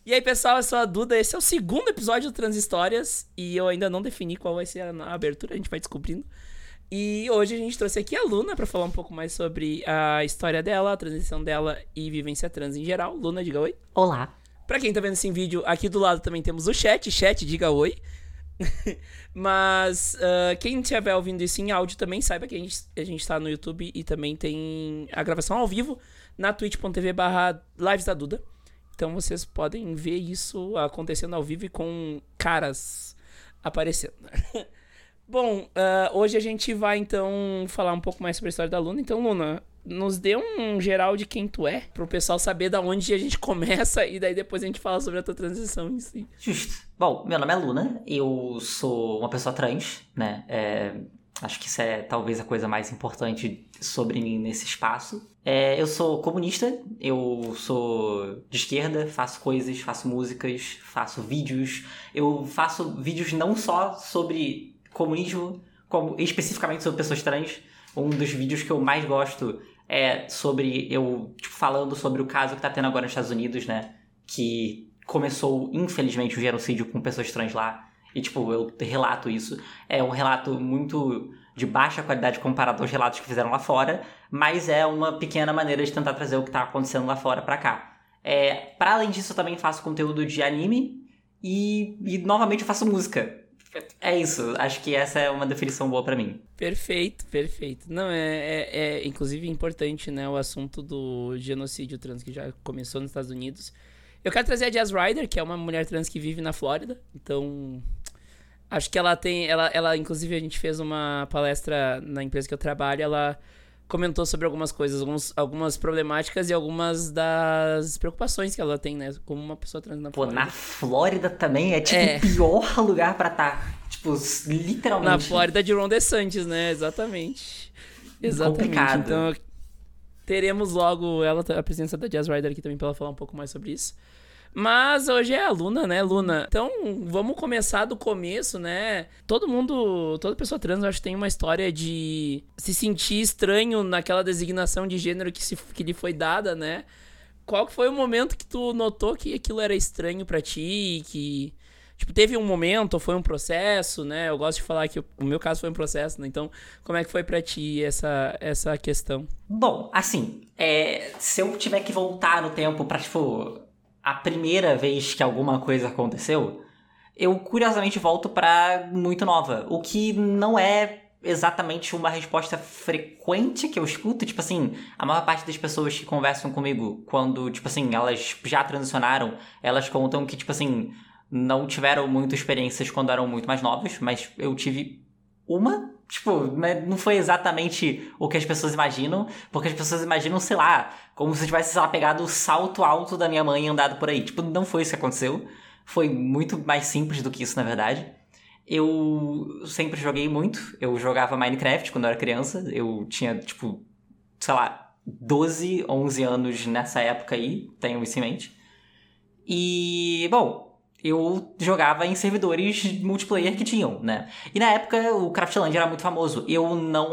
E aí, pessoal, eu sou a Duda, esse é o segundo episódio do Transhistórias e eu ainda não defini qual vai ser a abertura, a gente vai descobrindo. E hoje a gente trouxe aqui a Luna pra falar um pouco mais sobre a história dela, a transição dela e vivência trans em geral. Luna, diga oi. Olá. Pra quem tá vendo esse vídeo, aqui do lado também temos o chat. Chat, diga oi. Mas quem estiver ouvindo isso em áudio também saiba que a gente tá no YouTube e também tem a gravação ao vivo na twitch.tv/lives da Duda. Então vocês podem ver isso acontecendo ao vivo e com caras aparecendo. Bom, hoje a gente vai então falar um pouco mais sobre a história da Luna. Então, Luna, nos dê um geral de quem tu é, pro pessoal saber da onde a gente começa e daí depois a gente fala sobre a tua transição em si. Justo. Bom, meu nome é Luna, eu sou uma pessoa trans, né? Acho que isso é talvez a coisa mais importante sobre mim nesse espaço. Eu sou comunista, eu sou de esquerda, faço coisas, faço músicas, faço vídeos. Eu faço vídeos não só sobre comunismo, como especificamente sobre pessoas trans. Um dos vídeos que eu mais gosto é sobre eu falando sobre o caso que tá tendo agora nos Estados Unidos, né? Que começou, infelizmente, o genocídio com pessoas trans lá. E, eu relato isso. É um relato muito de baixa qualidade comparado aos relatos que fizeram lá fora, mas é uma pequena maneira de tentar trazer o que tá acontecendo lá fora pra cá. Para além disso, eu também faço conteúdo de anime e novamente, eu faço música. É isso. Acho que essa é uma definição boa pra mim. Perfeito, perfeito. Não, inclusive importante, né, o assunto do genocídio trans que já começou nos Estados Unidos. Eu quero trazer a Jazz Ryder, que é uma mulher trans que vive na Flórida. Então, acho que ela tem... Ela inclusive, a gente fez uma palestra na empresa que eu trabalho. Ela comentou sobre algumas coisas, algumas problemáticas e algumas das preocupações que ela tem, né? Como uma pessoa trans na Flórida. Na Flórida também é, o pior lugar pra estar. Literalmente. Na Flórida de Ron DeSantis, né? Exatamente. Complicado. Então, teremos logo a presença da Jazz Ryder aqui também pra ela falar um pouco mais sobre isso. Mas hoje é a Luna, né, Luna? Então, vamos começar do começo, né? Toda pessoa trans, eu acho, tem uma história de se sentir estranho naquela designação de gênero que lhe foi dada, né? Qual que foi o momento que tu notou que aquilo era estranho pra ti? Que, teve um momento ou foi um processo, né? Eu gosto de falar que o meu caso foi um processo, né? Então, como é que foi pra ti essa questão? Bom, assim, se eu tiver que voltar no tempo pra, a primeira vez que alguma coisa aconteceu, eu curiosamente volto pra muito nova. O que não é exatamente uma resposta frequente que eu escuto. A maior parte das pessoas que conversam comigo, quando, elas já transicionaram, elas contam que, não tiveram muitas experiências quando eram muito mais novas, mas eu tive uma. Não foi exatamente o que as pessoas imaginam, porque as pessoas imaginam, sei lá, como se eu tivesse, pegado o salto alto da minha mãe e andado por aí. Não foi isso que aconteceu. Foi muito mais simples do que isso, na verdade. Eu sempre joguei muito. Eu jogava Minecraft quando eu era criança. Eu tinha, sei lá, 12, 11 anos nessa época aí. Tenho isso em mente. E, bom, eu jogava em servidores multiplayer que tinham, né? E na época o Craftlandia era muito famoso. Eu não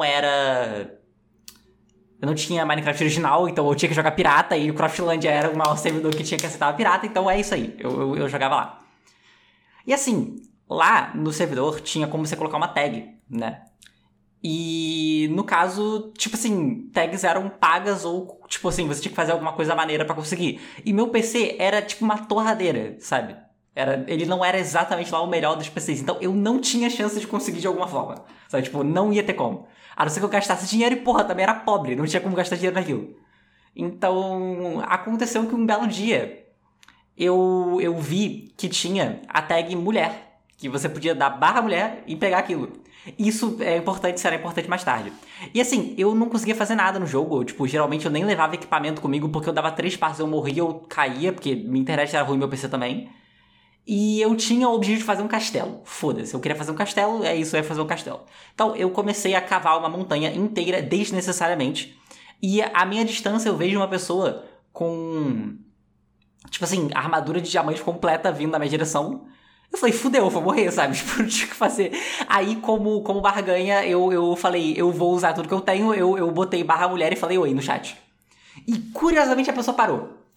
tinha Minecraft original, então eu tinha que jogar pirata. E o Craftlandia era o maior servidor que tinha que aceitar pirata. Então é isso aí, eu jogava lá. E assim, lá no servidor tinha como você colocar uma tag, né? E no caso, tags eram pagas ou, você tinha que fazer alguma coisa maneira pra conseguir. E meu PC era uma torradeira, sabe? Ele não era exatamente lá o melhor dos PCs. Então eu não tinha chance de conseguir de alguma forma. Sabe? Não ia ter como. A não ser que eu gastasse dinheiro e, também era pobre. Não tinha como gastar dinheiro naquilo. Então, aconteceu que um belo dia eu vi que tinha a tag mulher. Que você podia dar /mulher e pegar aquilo. Isso é importante, será importante mais tarde. E assim, eu não conseguia fazer nada no jogo. Geralmente eu nem levava equipamento comigo, porque eu dava 3 passos, eu morria, eu caía, porque minha internet era ruim, meu PC também. E eu tinha o objetivo de fazer um castelo. Foda-se, eu queria fazer um castelo, é isso, eu ia fazer um castelo. Então eu comecei a cavar uma montanha inteira desnecessariamente. E a minha distância eu vejo uma pessoa com, armadura de diamante completa vindo na minha direção. Eu falei, fudeu, eu vou morrer, sabe? Não tinha o que fazer. Aí, como barganha, eu falei, eu vou usar tudo que eu tenho. Eu botei /mulher e falei oi no chat. E curiosamente a pessoa parou.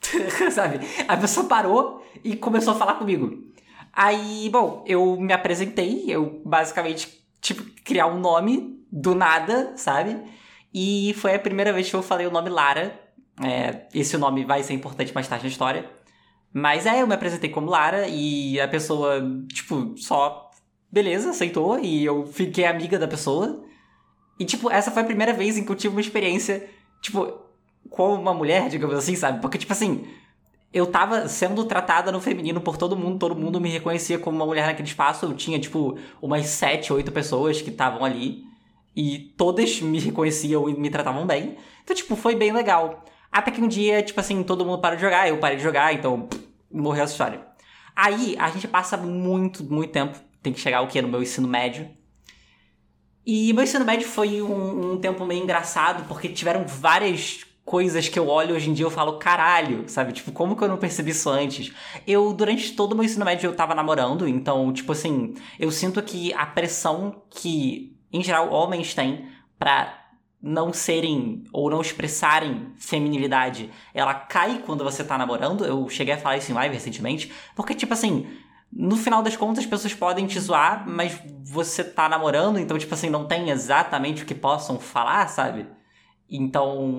Sabe? A pessoa parou e começou a falar comigo. Aí, bom, eu me apresentei, eu basicamente, tipo, criar um nome do nada, sabe? E foi a primeira vez que eu falei o nome Lara. Esse nome vai ser importante mais tarde na história. Mas eu me apresentei como Lara e a pessoa, tipo, só, beleza, aceitou. E eu fiquei amiga da pessoa. E, tipo, essa foi a primeira vez em que eu tive uma experiência, tipo, com uma mulher, digamos assim, sabe? Porque, tipo assim, eu tava sendo tratada no feminino por todo mundo me reconhecia como uma mulher naquele espaço. Eu tinha, tipo, umas 7, 8 pessoas que estavam ali. E todas me reconheciam e me tratavam bem. Então, tipo, foi bem legal. Até que um dia, tipo assim, todo mundo parou de jogar, eu parei de jogar, então morreu essa história. Aí, a gente passa muito, muito tempo. Tem que chegar o quê? No meu ensino médio. E meu ensino médio foi um tempo meio engraçado, porque tiveram várias coisas que eu olho hoje em dia e eu falo, caralho, sabe? Tipo, como que eu não percebi isso antes? Durante todo o meu ensino médio, eu tava namorando, então, tipo assim, eu sinto que a pressão que, em geral, homens têm pra não serem ou não expressarem feminilidade, ela cai quando você tá namorando. Eu cheguei a falar isso em live recentemente, porque, tipo assim, no final das contas, as pessoas podem te zoar, mas você tá namorando, então, tipo assim, não tem exatamente o que possam falar, sabe? Então,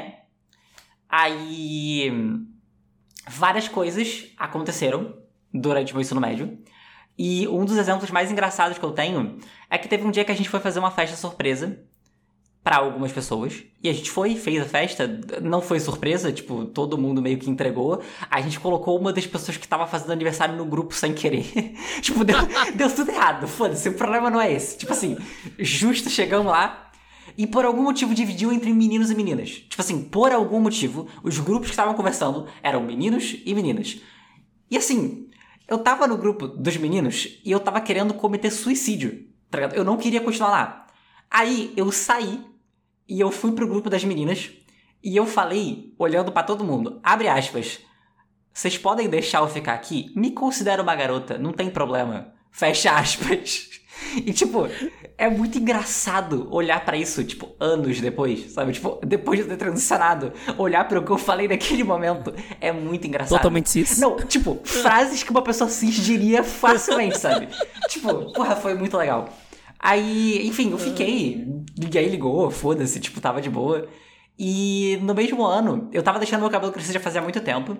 Aí, várias coisas aconteceram durante o meu ensino médio. E um dos exemplos mais engraçados que eu tenho é que teve um dia que a gente foi fazer uma festa surpresa pra algumas pessoas. E a gente fez a festa, não foi surpresa, tipo, todo mundo meio que entregou. A gente colocou uma das pessoas que tava fazendo aniversário no grupo sem querer. Tipo, deu tudo errado, foda-se, o problema não é esse. Tipo assim, justo chegamos lá e por algum motivo dividiu entre meninos e meninas. Tipo assim, por algum motivo, os grupos que estavam conversando eram meninos e meninas. E assim, eu tava no grupo dos meninos e eu tava querendo cometer suicídio, tá ligado? Eu não queria continuar lá. Aí eu saí e eu fui pro grupo das meninas e eu falei, olhando pra todo mundo, abre aspas, vocês podem deixar eu ficar aqui? Me considero uma garota, não tem problema. Fecha aspas. E, tipo, é muito engraçado olhar pra isso, tipo, anos depois, sabe? Tipo, depois de eu ter transicionado, olhar pro que eu falei naquele momento é muito engraçado. Totalmente cis. Não, tipo, frases que uma pessoa cis diria facilmente, sabe? Tipo, porra, foi muito legal. Aí, enfim, eu fiquei, ninguém ligou, foda-se, tipo, tava de boa. E no mesmo ano, eu tava deixando meu cabelo crescer já fazia muito tempo.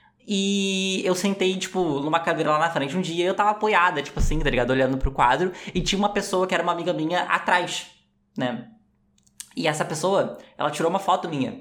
E eu sentei, tipo, numa cadeira lá na frente um dia e eu tava apoiada, tipo assim, tá ligado? Olhando pro quadro. E tinha uma pessoa que era uma amiga minha atrás, né? E essa pessoa, ela tirou uma foto minha.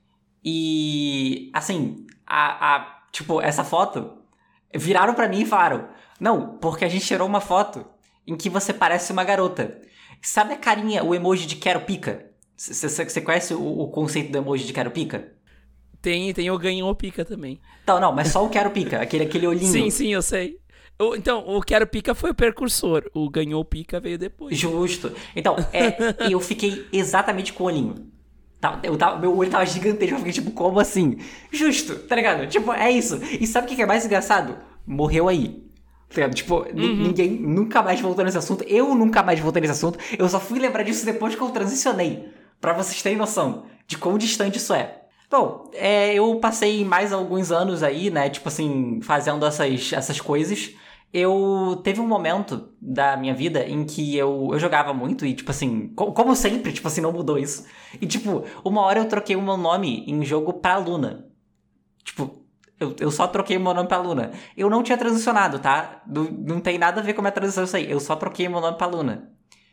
E, assim, tipo, essa foto, viraram pra mim e falaram, não, porque a gente tirou uma foto em que você parece uma garota. Sabe a carinha, o emoji de quero pica? Você conhece o conceito do emoji de quero pica? Tem o ganhou pica também. Então, não, mas só o quero pica, aquele olhinho. Sim, eu sei. Então, o quero pica foi o precursor. O ganhou pica veio depois. Justo. Então, eu fiquei exatamente com o olhinho. Meu olho tava gigantesco, eu fiquei tipo, como assim? Justo, tá ligado? Tipo, é isso. E sabe o que é mais engraçado? Morreu aí. Tá ligado? Tipo, ninguém nunca mais voltou nesse assunto. Eu nunca mais voltei nesse assunto. Eu só fui lembrar disso depois que eu transicionei. Pra vocês terem noção de quão distante isso é. Bom, eu passei mais alguns anos aí, né, tipo assim, fazendo essas coisas. Teve um momento da minha vida em que eu jogava muito e, tipo assim, como sempre, tipo assim, não mudou isso. E, tipo, uma hora eu troquei o meu nome em jogo pra Luna. Tipo, eu só troquei o meu nome pra Luna. Eu não tinha transicionado, tá? Não tem nada a ver com a minha transição isso aí. Eu só troquei o meu nome pra Luna.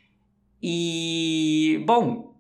E, bom,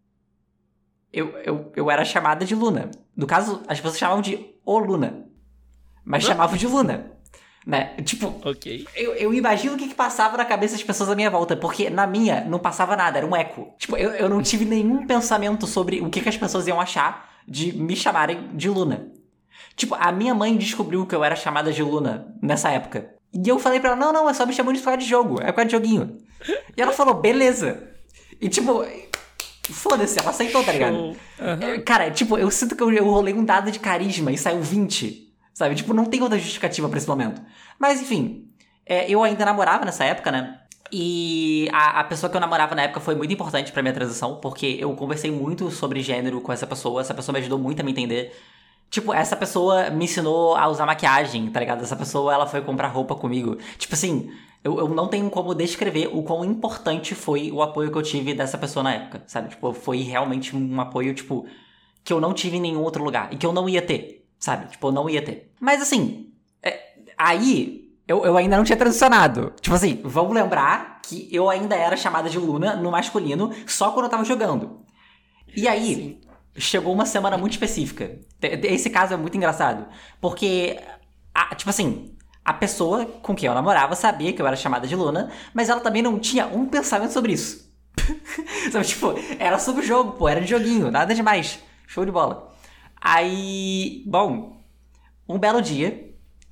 eu era chamada de Luna. No caso, as pessoas chamavam de O Luna. Mas chamavam de Luna. Né? Tipo, ok. Eu imagino o que passava na cabeça das pessoas à minha volta. Porque na minha não passava nada, era um eco. Tipo, eu não tive nenhum pensamento sobre o que as pessoas iam achar de me chamarem de Luna. Tipo, a minha mãe descobriu que eu era chamada de Luna nessa época. E eu falei pra ela, não, é só me chamando de por causa de jogo. É por causa de joguinho. E ela falou, beleza. E tipo... Foda-se, ela aceitou, tá ligado? Uhum. Cara, tipo, eu sinto que eu rolei um dado de carisma e saiu 20, sabe? Tipo, não tem outra justificativa pra esse momento. Mas, enfim, eu ainda namorava nessa época, né? E a pessoa que eu namorava na época foi muito importante pra minha transição, porque eu conversei muito sobre gênero com essa pessoa me ajudou muito a me entender. Tipo, essa pessoa me ensinou a usar maquiagem, tá ligado? Essa pessoa, ela foi comprar roupa comigo. Tipo assim, eu não tenho como descrever o quão importante foi o apoio que eu tive dessa pessoa na época, sabe? Tipo, foi realmente um apoio, tipo, que eu não tive em nenhum outro lugar. E que eu não ia ter, sabe? Tipo, eu não ia ter. Mas assim, aí eu ainda não tinha transicionado. Tipo assim, vamos lembrar que eu ainda era chamada de Luna no masculino só quando eu tava jogando. E aí... Sim. Chegou uma semana muito específica. Esse caso é muito engraçado. Porque, tipo assim, a pessoa com quem eu namorava sabia que eu era chamada de Luna, mas ela também não tinha um pensamento sobre isso. Sabe, tipo, era sobre o jogo, pô, era de joguinho, nada demais. Show de bola. Aí, bom, um belo dia,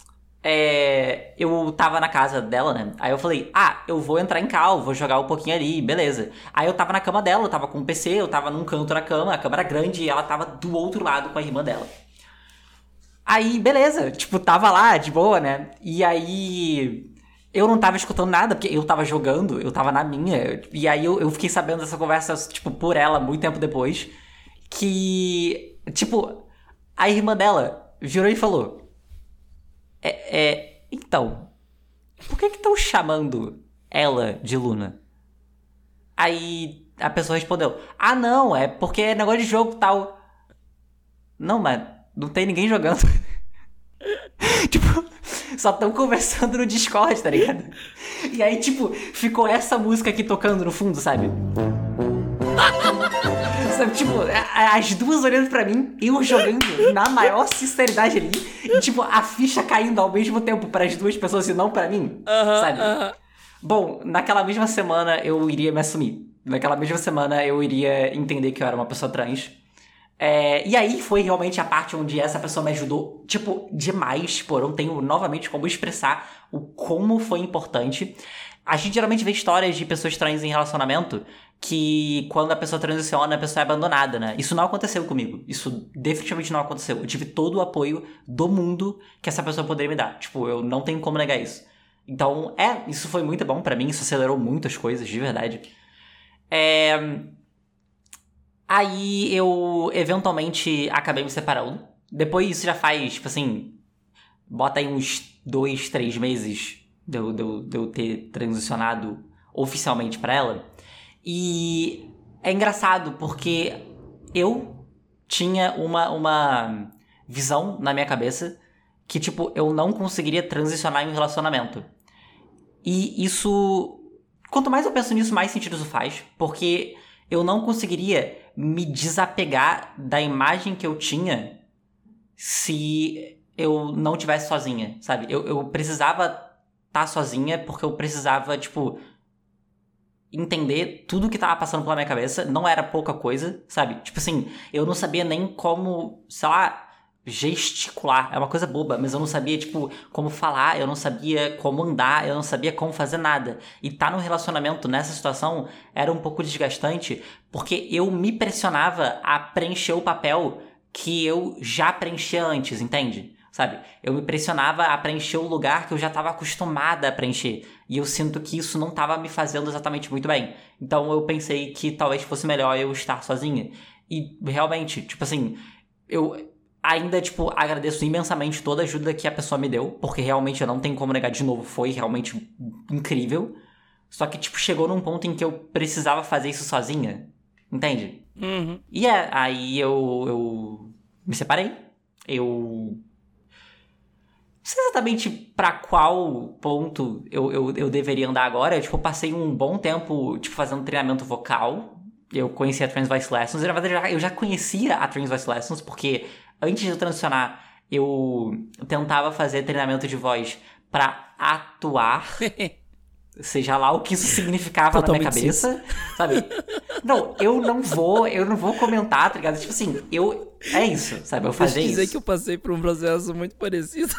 eu tava na casa dela, né? Aí eu falei, eu vou entrar em cal, vou jogar um pouquinho ali, beleza. Aí eu tava na cama dela, eu tava com o PC, eu tava num canto da cama, a cama era grande e ela tava do outro lado com a irmã dela. Aí, beleza, tipo, tava lá, de boa, né? E aí... Eu não tava escutando nada, porque eu tava jogando, eu tava na minha. E aí eu fiquei sabendo dessa conversa, tipo, por ela, muito tempo depois. Que, tipo, a irmã dela virou e falou... Então, por que estão chamando ela de Luna? Aí a pessoa respondeu, não, é porque é negócio de jogo e tal. Não, mas não tem ninguém jogando. Tipo, só estão conversando no Discord, tá ligado? E aí, tipo, ficou essa música aqui tocando no fundo, sabe? Sabe, tipo, as duas olhando pra mim, eu jogando na maior sinceridade ali, e tipo, a ficha caindo ao mesmo tempo para as duas pessoas e não pra mim, sabe? Bom, naquela mesma semana eu iria me assumir. Naquela mesma semana eu iria entender que eu era uma pessoa trans. E aí foi realmente a parte onde essa pessoa me ajudou, tipo, demais. Tipo, eu não tenho novamente como expressar o como foi importante. A gente geralmente vê histórias de pessoas trans em relacionamento que quando a pessoa transiciona, a pessoa é abandonada, né? Isso não aconteceu comigo. Isso definitivamente não aconteceu. Eu tive todo o apoio do mundo que essa pessoa poderia me dar. Tipo, eu não tenho como negar isso. Então, isso foi muito bom pra mim. Isso acelerou muitas coisas, de verdade. Aí eu, eventualmente, acabei me separando. Depois isso já faz, tipo assim... Bota aí uns 2, 3 meses de eu ter transicionado oficialmente pra ela. E é engraçado porque eu tinha uma visão na minha cabeça que, tipo, eu não conseguiria transicionar em um relacionamento. E isso... Quanto mais eu penso nisso, mais sentido isso faz. Porque eu não conseguiria me desapegar da imagem que eu tinha se eu não estivesse sozinha, sabe? Eu precisava estar sozinha porque eu precisava, tipo... entender tudo que tava passando pela minha cabeça. Não era pouca coisa, sabe? Tipo assim, eu não sabia nem como, sei lá, gesticular. É uma coisa boba, mas eu não sabia, tipo, como falar, eu não sabia como andar, eu não sabia como fazer nada. E tá num relacionamento nessa situação era um pouco desgastante, porque eu me pressionava a preencher o papel que eu já preenchia antes, entende? Sabe? Eu me pressionava a preencher o lugar que eu já estava acostumada a preencher. E eu sinto que isso não estava me fazendo exatamente muito bem. Então eu pensei que talvez fosse melhor eu estar sozinha. E realmente, tipo assim, eu ainda, tipo, agradeço imensamente toda a ajuda que a pessoa me deu. Porque realmente eu não tenho como negar de novo, foi realmente incrível. Só que, tipo, chegou num ponto em que eu precisava fazer isso sozinha. Entende? Uhum. E aí eu me separei. Eu... Não sei exatamente pra qual ponto eu deveria andar agora. Tipo, eu passei um bom tempo, tipo, fazendo treinamento vocal. Eu conheci a Trans Voice Lessons. E, na verdade, eu já conhecia a Trans Voice Lessons, porque antes de eu transicionar, eu tentava fazer treinamento de voz pra atuar. Seja lá o que isso significava na minha cabeça, sabe? Não, eu não vou comentar, tá ligado? Tipo assim, é isso, sabe? Eu fazia isso. Deixa eu dizer que eu passei por um processo muito parecido.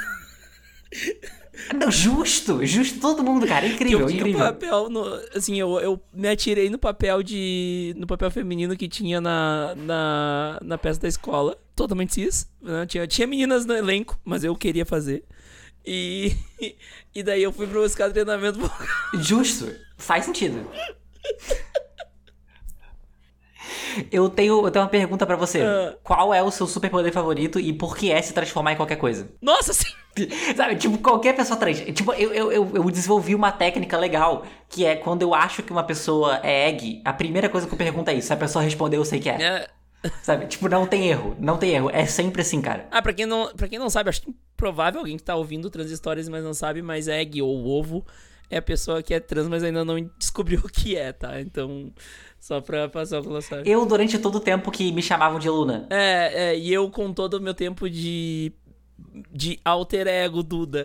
Não, justo, todo mundo, cara, incrível, eu tinha incrível. Papel assim, eu me atirei no papel feminino que tinha na peça da escola, totalmente cis, né? Tinha meninas no elenco, mas eu queria fazer. E daí eu fui pro buscar treinamento vocal. Justo, faz sentido. Eu tenho uma pergunta pra você. Ah. Qual é o seu superpoder favorito e por que é se transformar em qualquer coisa? Nossa, sim! Sabe, tipo, qualquer pessoa trans. Tipo, eu desenvolvi uma técnica legal, que é quando eu acho que uma pessoa é egg, a primeira coisa que eu pergunto é isso. Se a pessoa responder, eu sei que é. É. Sabe? Tipo, não tem erro. Não tem erro. É sempre assim, cara. Pra quem não sabe, acho que provável alguém que tá ouvindo Transhistórias, mas não sabe, mas egg ou ovo é a pessoa que é trans, mas ainda não descobriu o que é, tá? Então, só pra passar o que ela sabe. Eu, durante todo o tempo que me chamavam de Luna. E eu com todo o meu tempo de alter ego Duda.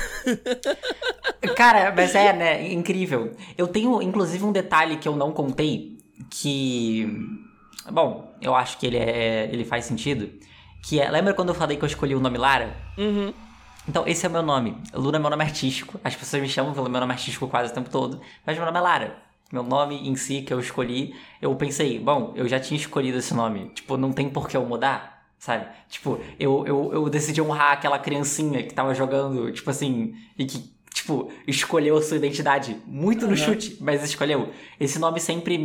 Cara, mas né? Incrível. Eu tenho, inclusive, um detalhe que eu não contei, que... Bom, eu acho que ele faz sentido. Que é... Lembra quando eu falei que eu escolhi o nome Lara? Uhum. Então, esse é o meu nome. Luna é meu nome artístico. As pessoas me chamam pelo meu nome artístico quase o tempo todo. Mas meu nome é Lara. Meu nome em si, que eu escolhi, eu pensei, bom, eu já tinha escolhido esse nome. Tipo, não tem por que eu mudar, sabe? Tipo, eu decidi honrar aquela criancinha que tava jogando, tipo assim, e que, tipo, escolheu a sua identidade. Muito no chute, mas escolheu. Esse nome sempre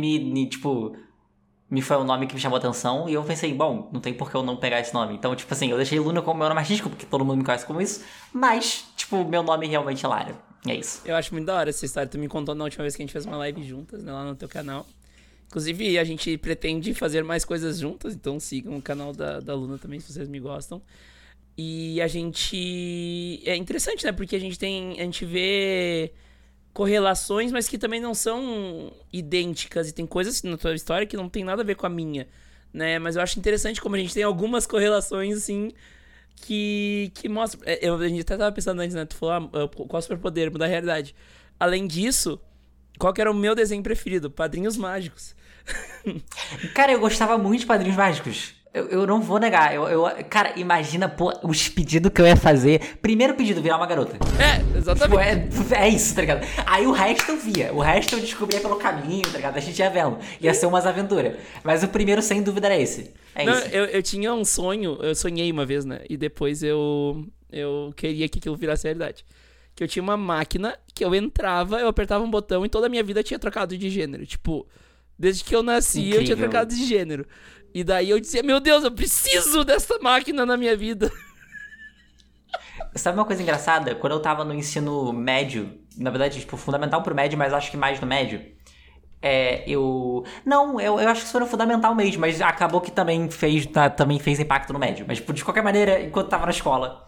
me foi um nome que me chamou atenção e eu pensei, bom, não tem por que eu não pegar esse nome. Então, tipo assim, eu deixei Luna como meu nome artístico, porque todo mundo me conhece como isso, mas, tipo, meu nome realmente é Lara. É isso. Eu acho muito da hora essa história. Tu me contou na última vez que a gente fez uma live juntas, né, lá no teu canal. Inclusive, a gente pretende fazer mais coisas juntas, então sigam o canal da Luna também, se vocês me gostam. E a gente... É interessante, né, porque a gente vê correlações, mas que também não são idênticas. E tem coisas na tua história que não tem nada a ver com a minha, né? Mas eu acho interessante como a gente tem algumas correlações, assim, que mostram... A gente até tava pensando antes, né? Tu falou, qual é o superpoder? Mudar a realidade. Além disso, qual que era o meu desenho preferido? Padrinhos Mágicos. Cara, eu gostava muito de Padrinhos Mágicos. Eu não vou negar. Cara, imagina, pô, os pedidos que eu ia fazer. Primeiro pedido, virar uma garota. Exatamente. Tipo, é isso, tá ligado? Aí o resto eu via. O resto eu descobria pelo caminho, tá ligado? A gente ia vendo. Ia ser umas aventuras. Mas o primeiro, sem dúvida, era esse. Isso. Eu tinha um sonho. Eu sonhei uma vez, né? E depois eu queria que aquilo virasse realidade. Que eu tinha uma máquina que eu entrava, eu apertava um botão e toda a minha vida tinha trocado de gênero. Tipo, desde que eu nasci, Incrível. Eu tinha trocado de gênero. E daí eu dizia, meu Deus, eu preciso dessa máquina na minha vida. Sabe uma coisa engraçada? Quando eu tava no ensino médio, na verdade, tipo, fundamental pro médio, mas acho que mais no médio, eu acho que isso foi no fundamental mesmo, mas acabou que também fez impacto no médio. Mas, tipo, de qualquer maneira, enquanto tava na escola,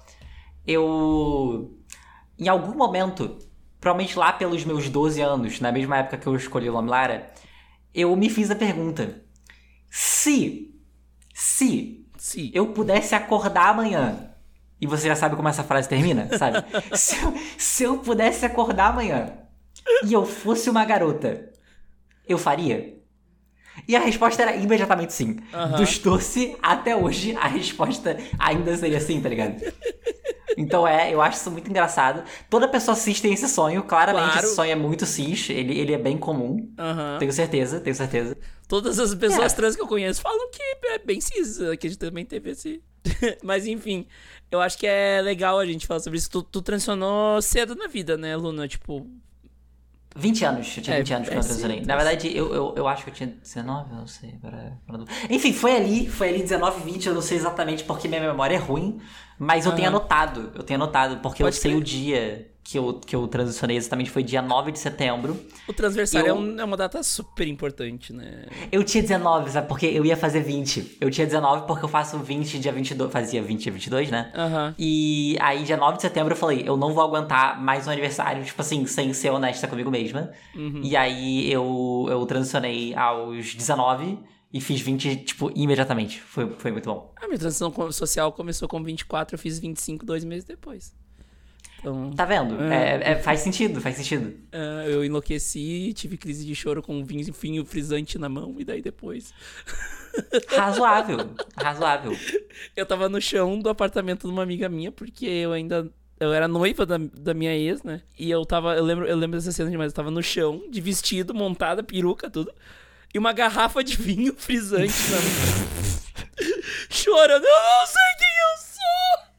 em algum momento, provavelmente lá pelos meus 12 anos, na mesma época que eu escolhi o nome Lara, eu me fiz a pergunta: Se eu pudesse acordar amanhã, e você já sabe como essa frase termina, sabe? Se eu pudesse acordar amanhã e eu fosse uma garota, eu faria? E a resposta era imediatamente sim. Dos 12 até hoje, a resposta ainda seria sim, tá ligado? Então eu acho isso muito engraçado. Toda pessoa cis tem esse sonho. Claramente esse sonho é muito cis. Ele é bem comum. Tenho certeza. Todas as pessoas trans que eu conheço falam que é bem cis. Que a gente também teve esse... Mas enfim, eu acho que é legal a gente falar sobre isso. Tu transicionou cedo na vida, né, Luna? Tipo... 20 anos, eu tinha 20 anos quando eu transicionei. Na verdade, eu acho que eu tinha 19, eu não sei. Enfim, foi ali 19, 20, eu não sei exatamente porque minha memória é ruim, mas eu tenho anotado, porque eu sei o dia que eu transicionei, exatamente foi dia 9 de setembro. O transversário é uma data super importante, né? Eu tinha 19, sabe? Porque eu ia fazer 20. Eu tinha 19 porque eu faço 20 dia 22, fazia 20 dia 22, né? E aí dia 9 de setembro eu falei, eu não vou aguentar mais um aniversário, tipo assim, sem ser honesta comigo mesma. E aí eu transicionei aos 19 e fiz 20, tipo, imediatamente. Foi muito bom. A minha transição social começou com 24, eu fiz 25 2 meses depois. Então, tá vendo? Faz sentido. Eu enlouqueci, tive crise de choro com um vinho frisante na mão, e daí depois... Razoável. Eu tava no chão do apartamento de uma amiga minha, porque eu era noiva da minha ex, né? E eu lembro dessa cena demais, eu tava no chão, de vestido, montada, peruca, tudo, e uma garrafa de vinho frisante na mão. Chorando, eu não sei quem eu sou!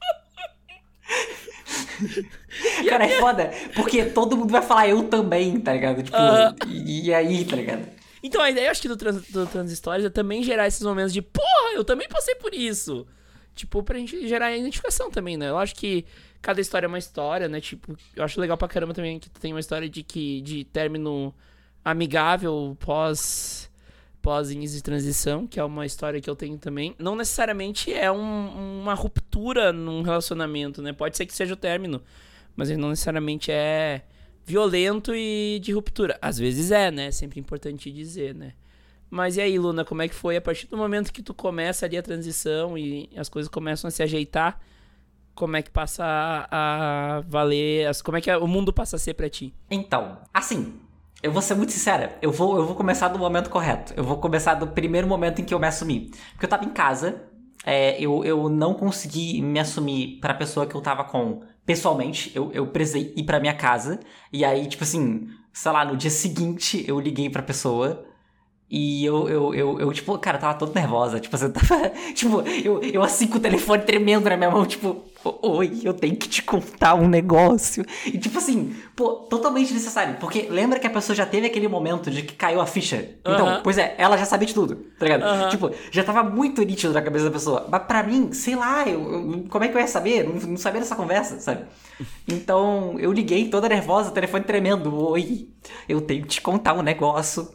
Cara, é foda, porque todo mundo vai falar eu também, tá ligado? Tipo, e aí, tá ligado? Então, a ideia, eu acho que do Transhistórias é também gerar esses momentos de, porra, eu também passei por isso. Tipo, pra gente gerar a identificação também, né? Eu acho que cada história é uma história, né? Tipo, eu acho legal pra caramba também que tem uma história de término amigável pós início de transição, que é uma história que eu tenho também. Não necessariamente é uma ruptura num relacionamento, né? Pode ser que seja o término, mas ele não necessariamente é violento e de ruptura. Às vezes é, né? Sempre importante dizer, né? Mas e aí, Luna, como é que foi? A partir do momento que tu começa ali a transição e as coisas começam a se ajeitar, como é que passa a valer, como é que o mundo passa a ser pra ti? Então, assim, eu vou ser muito sincera, eu vou começar do momento correto. Eu vou começar do primeiro momento em que eu me assumi. Porque eu tava em casa, eu não consegui me assumir pra pessoa que eu tava com pessoalmente. Eu precisei ir pra minha casa. E aí, tipo assim, sei lá, no dia seguinte eu liguei pra pessoa. E eu, tipo, cara, tava toda nervosa. Tipo, assim, tava. Tipo, eu assim com o telefone tremendo na minha mão, tipo, oi, eu tenho que te contar um negócio. E tipo assim, pô, totalmente necessário. Porque lembra que a pessoa já teve aquele momento de que caiu a ficha? Então, pois é, ela já sabia de tudo, tá ligado? Tipo, já tava muito nítido na cabeça da pessoa. Mas pra mim, sei lá, como é que eu ia saber? Não sabia dessa conversa, sabe? Então, eu liguei toda nervosa, telefone tremendo. Oi, eu tenho que te contar um negócio.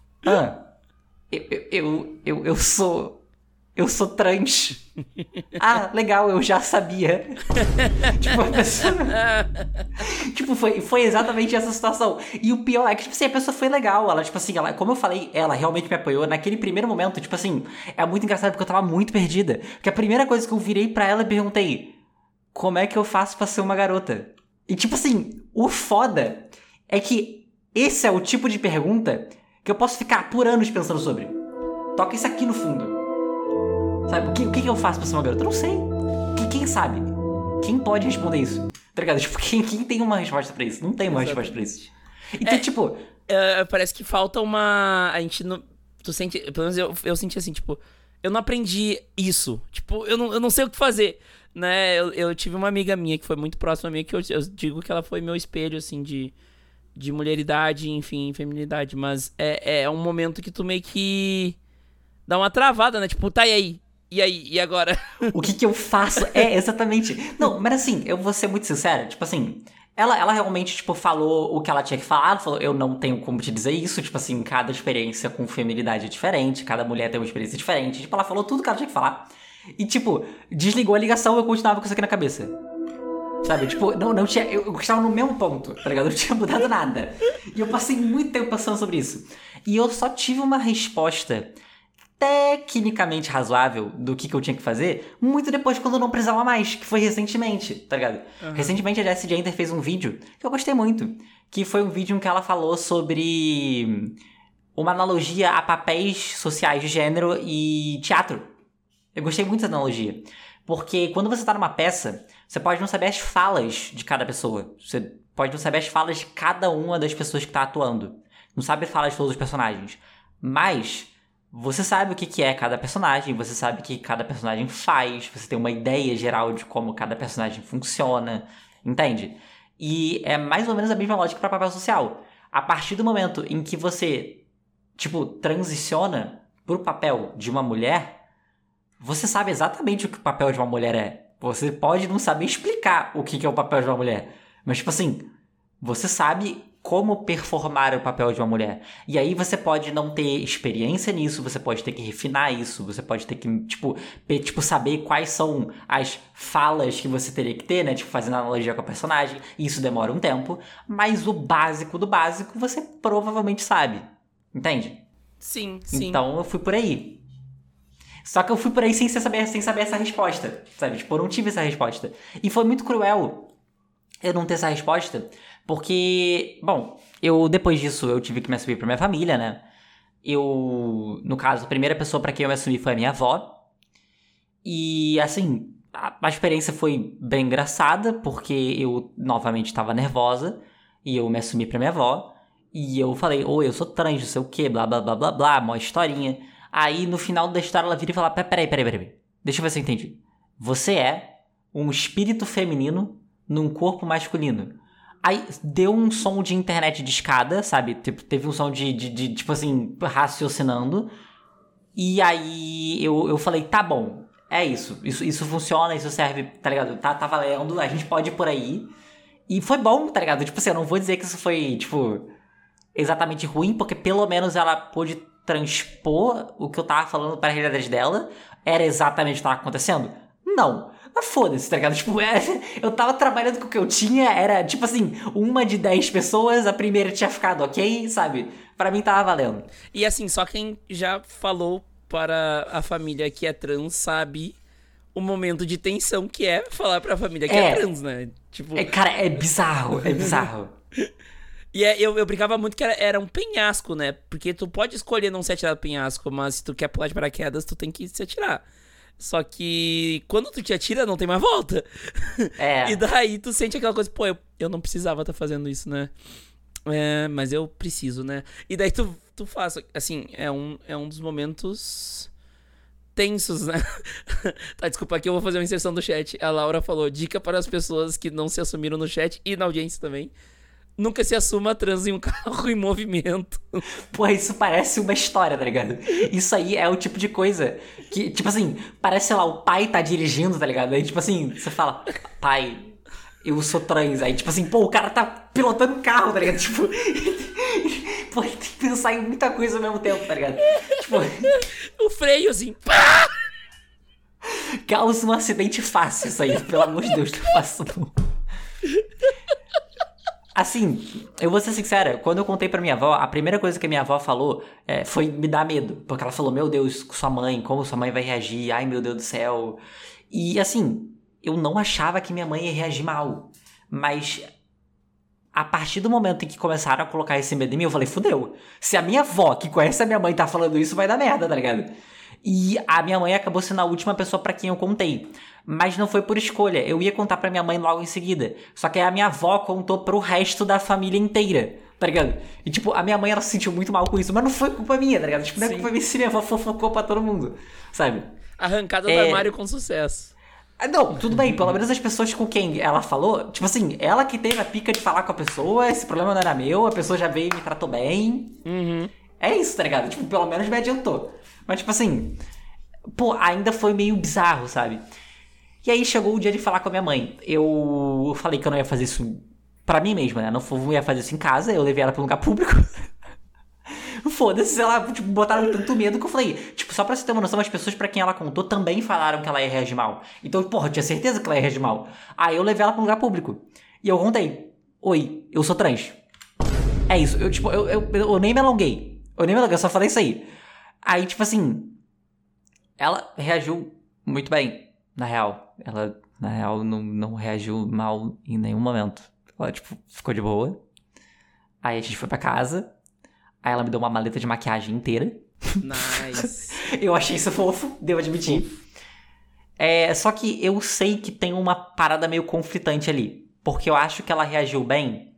Eu sou trans. Ah, legal, eu já sabia. Tipo, a pessoa... tipo, foi exatamente essa situação. E o pior é que, tipo assim, a pessoa foi legal. Ela, tipo assim, como eu falei, ela realmente me apoiou naquele primeiro momento. Tipo assim, é muito engraçado porque eu tava muito perdida. Porque a primeira coisa que eu virei pra ela e perguntei: como é que eu faço pra ser uma garota? E tipo assim, o foda é que esse é o tipo de pergunta que eu posso ficar por anos pensando sobre. Toca isso aqui no fundo. Sabe, o que eu faço pra ser uma garota? Eu não sei. Quem sabe? Quem pode responder isso? Tá ligado? Tipo, quem tem uma resposta pra isso? Não tem uma resposta pra isso. Então, tipo... parece que falta uma... A gente não... Tu sente... Pelo menos eu senti assim, tipo... Eu não aprendi isso. Tipo, eu não sei o que fazer. Né? Eu tive uma amiga minha que foi muito próxima a mim, que eu digo que ela foi meu espelho, assim, de mulheridade, enfim, feminilidade. Mas é um momento que tu meio que dá uma travada, né? Tipo, tá, e aí? E aí? E agora? O que eu faço? Exatamente. Não, mas assim, eu vou ser muito sincero. Tipo assim, ela realmente, tipo, falou o que ela tinha que falar. Ela falou, eu não tenho como te dizer isso. Tipo assim, cada experiência com feminilidade é diferente. Cada mulher tem uma experiência diferente. Tipo, ela falou tudo que ela tinha que falar. E, tipo, desligou a ligação e eu continuava com isso aqui na cabeça. Sabe, tipo, não tinha... Eu estava no mesmo ponto, tá ligado? Não tinha mudado nada. E eu passei muito tempo pensando sobre isso. E eu só tive uma resposta tecnicamente razoável do que eu tinha que fazer muito depois, quando eu não precisava mais, que foi recentemente, tá ligado? Recentemente a Jessie Gender fez um vídeo que eu gostei muito, que foi um vídeo em que ela falou sobre uma analogia a papéis sociais de gênero e teatro. Eu gostei muito dessa analogia. Porque quando você tá numa peça, você pode não saber as falas de cada pessoa. Você pode não saber as falas de cada uma das pessoas que tá atuando. Não sabe falar de todos os personagens. Mas você sabe o que é cada personagem, você sabe o que cada personagem faz, você tem uma ideia geral de como cada personagem funciona, entende? E é mais ou menos a mesma lógica para papel social. A partir do momento em que você, tipo, transiciona pro papel de uma mulher, você sabe exatamente o que o papel de uma mulher é. Você pode não saber explicar o que é o papel de uma mulher. Mas, tipo assim, você sabe como performar o papel de uma mulher. E aí você pode não ter experiência nisso, você pode ter que refinar isso, você pode ter que, tipo saber quais são as falas que você teria que ter, né? Tipo, fazendo analogia com a personagem. E isso demora um tempo. Mas o básico do básico você provavelmente sabe. Entende? Sim. Então eu fui por aí. Só que eu fui por aí sem saber essa resposta, sabe? Tipo, eu não tive essa resposta. E foi muito cruel eu não ter essa resposta, porque, bom, depois disso, eu tive que me assumir pra minha família, né? No caso, a primeira pessoa pra quem eu me assumi foi a minha avó. E, assim, a experiência foi bem engraçada, porque eu, novamente, tava nervosa, e eu me assumi pra minha avó, e eu falei, eu sou trans, não sei o quê, blá, blá, blá, blá, blá, mó historinha. Aí, no final da história, ela vira e fala, peraí. Deixa eu ver se eu entendi. Você é um espírito feminino num corpo masculino. Aí deu um som de internet de escada, sabe? Teve um som de tipo assim, raciocinando. E aí eu falei, tá bom, é isso. Isso funciona, isso serve, tá ligado? Tá valendo, a gente pode ir por aí. E foi bom, tá ligado? Tipo assim, eu não vou dizer que isso foi, tipo, exatamente ruim, porque pelo menos ela pôde transpor o que eu tava falando pra realidade dela. Era exatamente o que tava acontecendo? Não. Mas foda-se, tá ligado? Tipo, eu tava trabalhando com o que eu tinha, era tipo assim, uma de 10 pessoas, a primeira tinha ficado ok, sabe? Pra mim tava valendo. E assim, só quem já falou para a família que é trans sabe o momento de tensão que é falar pra família que é trans, né? Tipo... Cara, é bizarro, é bizarro. E eu brincava muito que era um penhasco, né? Porque tu pode escolher não se atirar do penhasco, mas se tu quer pular de paraquedas, tu tem que se atirar. Só que quando tu te atira, não tem mais volta. E daí tu sente aquela coisa, pô, eu não precisava estar fazendo isso, né? Mas eu preciso, né? E daí tu faz, assim, é um dos momentos tensos, né? Tá, desculpa, aqui eu vou fazer uma inserção do chat. A Laura falou, dica para as pessoas que não se assumiram no chat e na audiência também. Nunca se assuma trans em um carro em movimento. Pô, isso parece uma história, tá ligado? Isso aí é o tipo de coisa que, tipo assim, parece, sei lá, o pai tá dirigindo, tá ligado? Aí, tipo assim, você fala, pai, eu sou trans. Aí, tipo assim, pô, o cara tá pilotando um carro, tá ligado? Tipo, pô, ele tem que pensar em muita coisa ao mesmo tempo, tá ligado? Tipo, o freio, assim, pá! Causa um acidente fácil isso aí, pelo amor de Deus, não faça não. Assim, eu vou ser sincera, quando eu contei pra minha avó, a primeira coisa que a minha avó falou foi me dar medo. Porque ela falou, meu Deus, sua mãe, como sua mãe vai reagir? Ai, meu Deus do céu. E assim, eu não achava que minha mãe ia reagir mal. Mas a partir do momento em que começaram a colocar esse medo em mim, eu falei, fudeu. Se a minha avó, que conhece a minha mãe, tá falando isso, vai dar merda, tá ligado? E a minha mãe acabou sendo a última pessoa pra quem eu contei. Mas não foi por escolha. Eu ia contar pra minha mãe logo em seguida. Só que aí a minha avó contou pro resto da família inteira, tá ligado? E tipo, a minha mãe, ela se sentiu muito mal com isso. Mas não foi culpa minha, tá ligado? Tipo, não é culpa minha se minha avó fofocou pra todo mundo, sabe? Arrancada do armário com sucesso. Não, tudo bem. Pelo menos as pessoas com quem ela falou... Tipo assim, ela que teve a pica de falar com a pessoa. Esse problema não era meu. A pessoa já veio e me tratou bem. Uhum. É isso, tá ligado? Tipo, pelo menos me adiantou. Mas tipo assim... Pô, ainda foi meio bizarro, sabe? E aí chegou o dia de falar com a minha mãe. Eu falei que eu não ia fazer isso pra mim mesma, né? Não ia fazer isso em casa. Eu levei ela pra um lugar público. Foda-se, ela, tipo, botaram tanto medo que eu falei... Tipo, só pra você ter uma noção, as pessoas pra quem ela contou também falaram que ela ia reagir mal. Então, porra, eu tinha certeza que ela ia reagir mal. Aí eu levei ela pra um lugar público. E eu contei. Oi, eu sou trans. É isso. Eu nem me alonguei. Eu só falei isso aí. Aí, tipo assim... Ela reagiu muito bem, na real. Ela, na real, não reagiu mal em nenhum momento. Ela, tipo, ficou de boa. Aí a gente foi pra casa. Aí ela me deu uma maleta de maquiagem inteira. Nice. Eu achei isso fofo, devo admitir. Só que eu sei que tem uma parada meio conflitante ali. Porque eu acho que ela reagiu bem.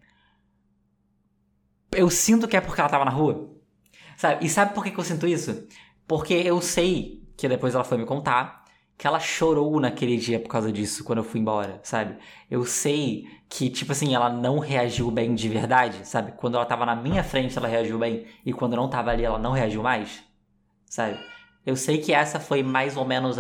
Eu sinto que é porque ela tava na rua. Sabe? E sabe por que eu sinto isso? Porque eu sei... que depois ela foi me contar, que ela chorou naquele dia por causa disso, quando eu fui embora, sabe? Eu sei que, tipo assim, ela não reagiu bem de verdade, sabe? Quando ela tava na minha frente, ela reagiu bem, e quando não tava ali, ela não reagiu mais, sabe? Eu sei que essa foi mais ou menos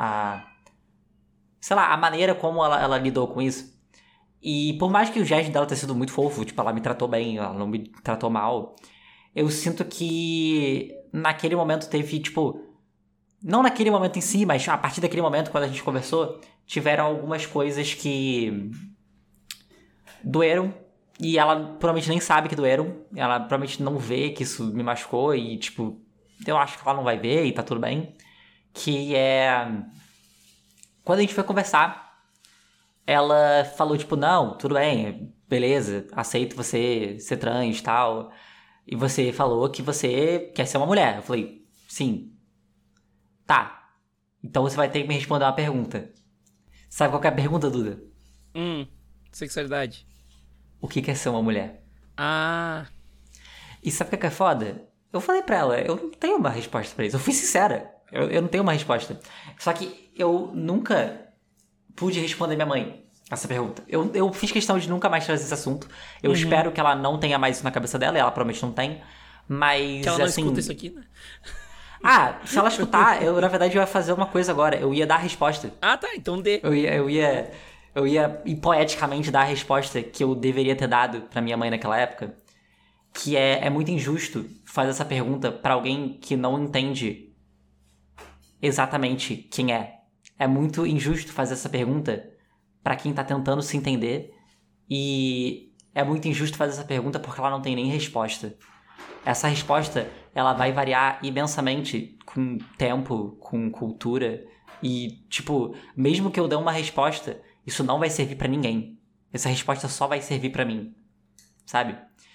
sei lá, a maneira como ela lidou com isso. E por mais que o gesto dela tenha sido muito fofo, tipo, ela me tratou bem, ela não me tratou mal, eu sinto que naquele momento teve, tipo... Não naquele momento em si, mas a partir daquele momento, quando a gente conversou, tiveram algumas coisas que doeram. E ela provavelmente nem sabe que doeram. Ela provavelmente não vê que isso me machucou. E, tipo, eu acho que ela não vai ver e tá tudo bem. Que é... Quando a gente foi conversar, ela falou, tipo, não, tudo bem, beleza, aceito você ser trans e tal. E você falou que você quer ser uma mulher. Eu falei, sim. Tá, então você vai ter que me responder uma pergunta. Sabe qual que é a pergunta, Duda? Sexualidade. O que é ser uma mulher? Ah. E sabe o que é foda? Eu falei pra ela, eu não tenho uma resposta pra isso. Eu fui sincera, eu não tenho uma resposta. Só que eu nunca pude responder minha mãe. essa pergunta. Eu fiz questão de nunca mais trazer esse assunto. Eu espero que ela não tenha mais isso na cabeça dela, e ela provavelmente não tem. Mas, Que ela não assim... escuta isso aqui, né? Ah, se ela escutar, na verdade, eu ia fazer uma coisa agora. Eu ia dar a resposta. Ah, tá, então dê. Eu ia poeticamente dar a resposta que eu deveria ter dado pra minha mãe naquela época. Que é muito injusto fazer essa pergunta pra alguém que não entende exatamente quem é. É muito injusto fazer essa pergunta pra quem tá tentando se entender. E é muito injusto fazer essa pergunta porque ela não tem nem resposta. Essa resposta, ela vai variar imensamente com tempo, com cultura. E, tipo, mesmo que eu dê uma resposta, isso não vai servir pra ninguém. Essa resposta só vai servir pra mim, sabe?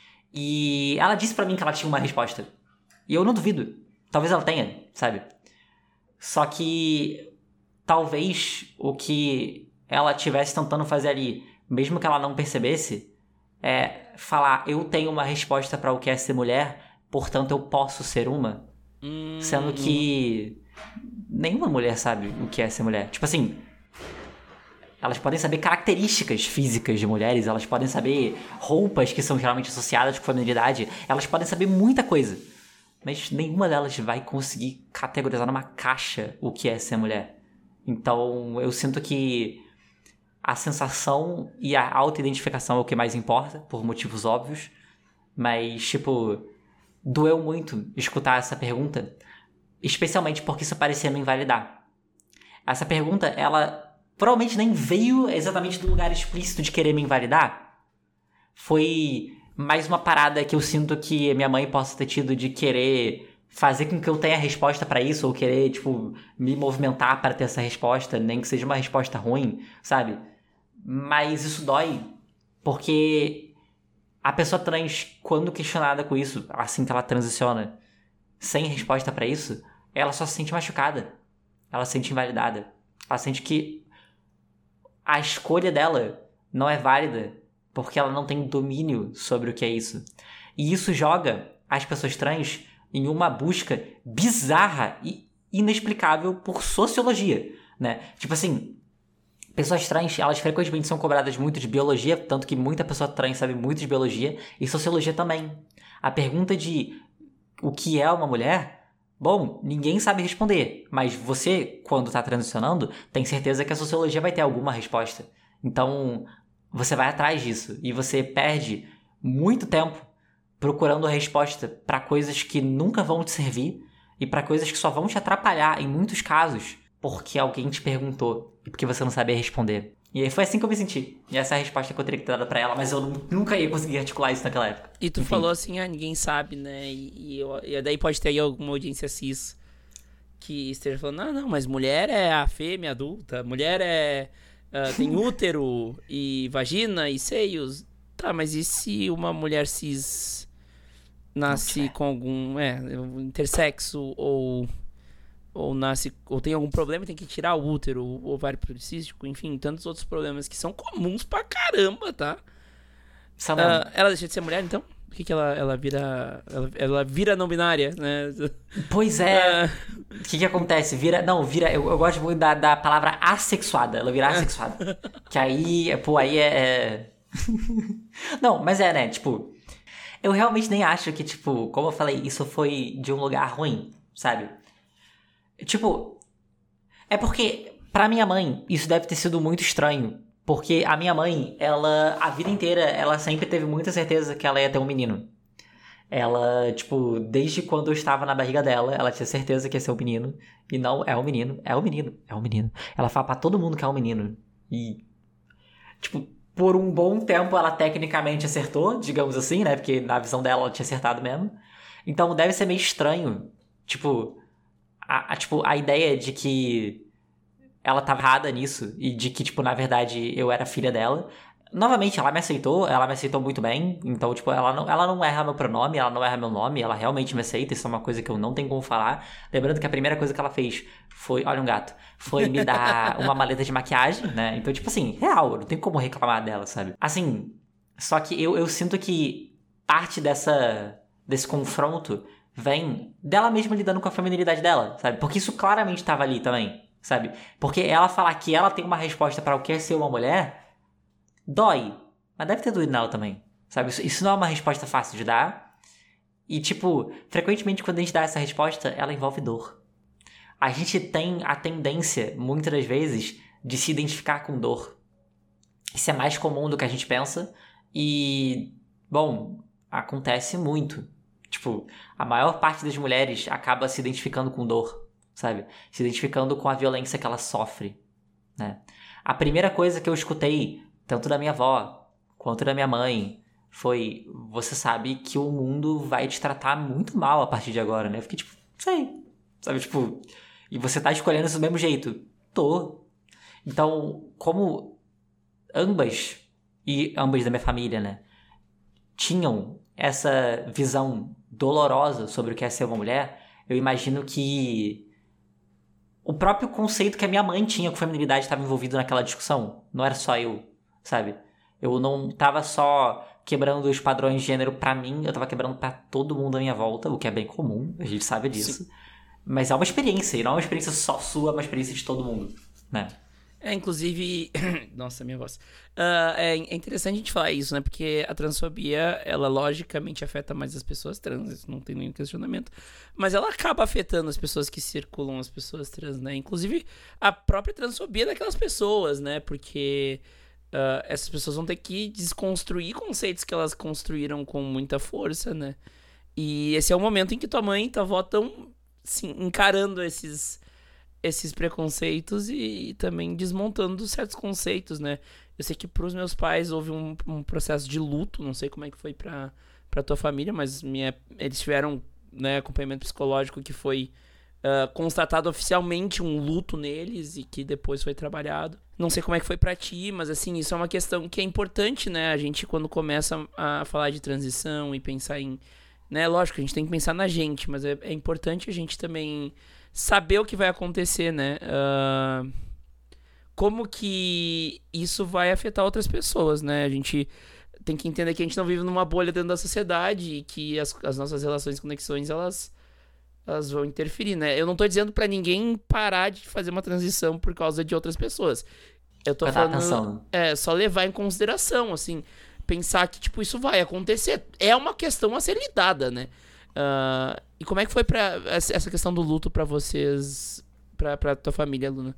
E ela disse pra mim que ela tinha uma resposta. E eu não duvido. Talvez ela tenha, sabe? Só que talvez o que ela estivesse tentando fazer ali, mesmo que ela não percebesse, é falar, eu tenho uma resposta pra o que é ser mulher, portanto eu posso ser uma. Sendo que nenhuma mulher sabe o que é ser mulher. Tipo assim, elas podem saber características físicas de mulheres, elas podem saber roupas que são geralmente associadas com feminilidade, elas podem saber muita coisa. Mas nenhuma delas vai conseguir categorizar numa caixa o que é ser mulher. Então eu sinto que a sensação e a auto-identificação é o que mais importa, por motivos óbvios. Mas, tipo, doeu muito escutar essa pergunta, especialmente porque isso parecia me invalidar. Essa pergunta, ela provavelmente nem veio exatamente do lugar explícito de querer me invalidar. Foi mais uma parada que eu sinto que minha mãe possa ter tido de querer fazer com que eu tenha resposta pra isso, ou querer, tipo, me movimentar para ter essa resposta, nem que seja uma resposta ruim, sabe? Mas isso dói, porque a pessoa trans, quando questionada com isso, assim que ela transiciona, sem resposta pra isso, ela só se sente machucada. Ela se sente invalidada. Ela sente que a escolha dela não é válida porque ela não tem domínio sobre o que é isso. E isso joga as pessoas trans em uma busca bizarra e inexplicável por sociologia, né? Tipo assim, pessoas trans, elas frequentemente são cobradas muito de biologia, tanto que muita pessoa trans sabe muito de biologia, e sociologia também. A pergunta de o que é uma mulher, bom, ninguém sabe responder, mas você, quando está transicionando, tem certeza que a sociologia vai ter alguma resposta. Então, você vai atrás disso, e você perde muito tempo procurando resposta para coisas que nunca vão te servir, e para coisas que só vão te atrapalhar em muitos casos, porque alguém te perguntou e porque você não sabia responder. E aí foi assim que eu me senti. E essa é a resposta que eu teria que ter dado pra ela, mas eu nunca ia conseguir articular isso naquela época. E tu falou assim, ninguém sabe, né? E daí pode ter aí alguma audiência cis que esteja falando, não, mas mulher é a fêmea adulta, mulher tem útero e vagina e seios. Tá, mas e se uma mulher cis nasce com algum, intersexo ou nasce, ou tem algum problema e tem que tirar o útero, o ovário policístico, enfim, tantos outros problemas que são comuns pra caramba, tá? Ela deixa de ser mulher, então? Por que ela vira... Ela vira não binária, né? Pois é. O que acontece? Eu gosto muito da palavra assexuada. Ela vira assexuada. Que aí, aí é... Não, mas né? Tipo, eu realmente nem acho que, tipo, como eu falei, isso foi de um lugar ruim, sabe? Tipo, é porque, pra minha mãe, isso deve ter sido muito estranho. Porque a minha mãe, a vida inteira, ela sempre teve muita certeza que ela ia ter um menino. Ela, tipo, desde quando eu estava na barriga dela, ela tinha certeza que ia ser um menino. E não, é um menino, é um menino, é um menino. Ela fala pra todo mundo que é um menino. E, tipo, por um bom tempo ela tecnicamente acertou, digamos assim, né? Porque na visão dela ela tinha acertado mesmo. Então deve ser meio estranho, tipo... a ideia de que ela tava errada nisso e de que, tipo, na verdade eu era filha dela. Novamente, ela me aceitou muito bem. Então, tipo, ela não erra meu pronome, ela não erra meu nome, ela realmente me aceita. Isso é uma coisa que eu não tenho como falar. Lembrando que a primeira coisa que ela fez foi, olha um gato, foi me dar uma maleta de maquiagem, né? Então, tipo assim, real, eu não tenho como reclamar dela, sabe? Assim, só que eu sinto que parte desse confronto vem dela mesma lidando com a feminilidade dela, sabe? Porque isso claramente estava ali também, sabe? Porque ela falar que ela tem uma resposta para o que é ser uma mulher Dói, mas deve ter doído nela também, sabe? Isso não é uma resposta fácil de dar. E, tipo, frequentemente quando a gente dá essa resposta, ela envolve dor. A gente tem a tendência, muitas das vezes, de se identificar com dor. Isso é mais comum do que a gente pensa e, bom, acontece muito. Tipo, a maior parte das mulheres acaba se identificando com dor, sabe? Se identificando com a violência que ela sofre, né? A primeira coisa que eu escutei, tanto da minha avó quanto da minha mãe, foi: você sabe que o mundo vai te tratar muito mal a partir de agora, né? Eu fiquei tipo, sei, sabe? Tipo, e você tá escolhendo isso do mesmo jeito. Tô. Então, como ambas, e ambas da minha família, né, tinham essa visão dolorosa sobre o que é ser uma mulher, eu imagino que o próprio conceito que a minha mãe tinha com feminilidade estava envolvido naquela discussão. Não era só eu, sabe? Eu não tava só quebrando os padrões de gênero pra mim, eu tava quebrando pra todo mundo à minha volta, o que é bem comum, a gente sabe disso. Sim. Mas é uma experiência, e não é uma experiência só sua, é uma experiência de todo mundo, né? Inclusive... Nossa, minha voz. É interessante a gente falar isso, né? Porque a transfobia, ela logicamente afeta mais as pessoas trans, isso não tem nenhum questionamento. Mas ela acaba afetando as pessoas que circulam as pessoas trans, né? Inclusive a própria transfobia daquelas pessoas, né? Porque essas pessoas vão ter que desconstruir conceitos que elas construíram com muita força, né? E esse é o momento em que tua mãe e tua avó estão, sim, encarando esses preconceitos e também desmontando certos conceitos, né? Eu sei que pros meus pais houve um processo de luto, não sei como é que foi pra tua família, mas eles tiveram, né, acompanhamento psicológico que foi constatado oficialmente um luto neles e que depois foi trabalhado. Não sei como é que foi pra ti, mas assim, isso é uma questão que é importante, né? A gente, quando começa a falar de transição e pensar em... né? Lógico, a gente tem que pensar na gente, mas é importante a gente também saber o que vai acontecer, né? Como que isso vai afetar outras pessoas, né? A gente tem que entender que a gente não vive numa bolha dentro da sociedade e que as nossas relações e conexões, elas vão interferir, né? Eu não tô dizendo pra ninguém parar de fazer uma transição por causa de outras pessoas. Eu tô falando... só levar em consideração, assim, pensar que, tipo, isso vai acontecer. É uma questão a ser lidada, né? E como é que foi essa questão do luto pra vocês, pra tua família, Luna?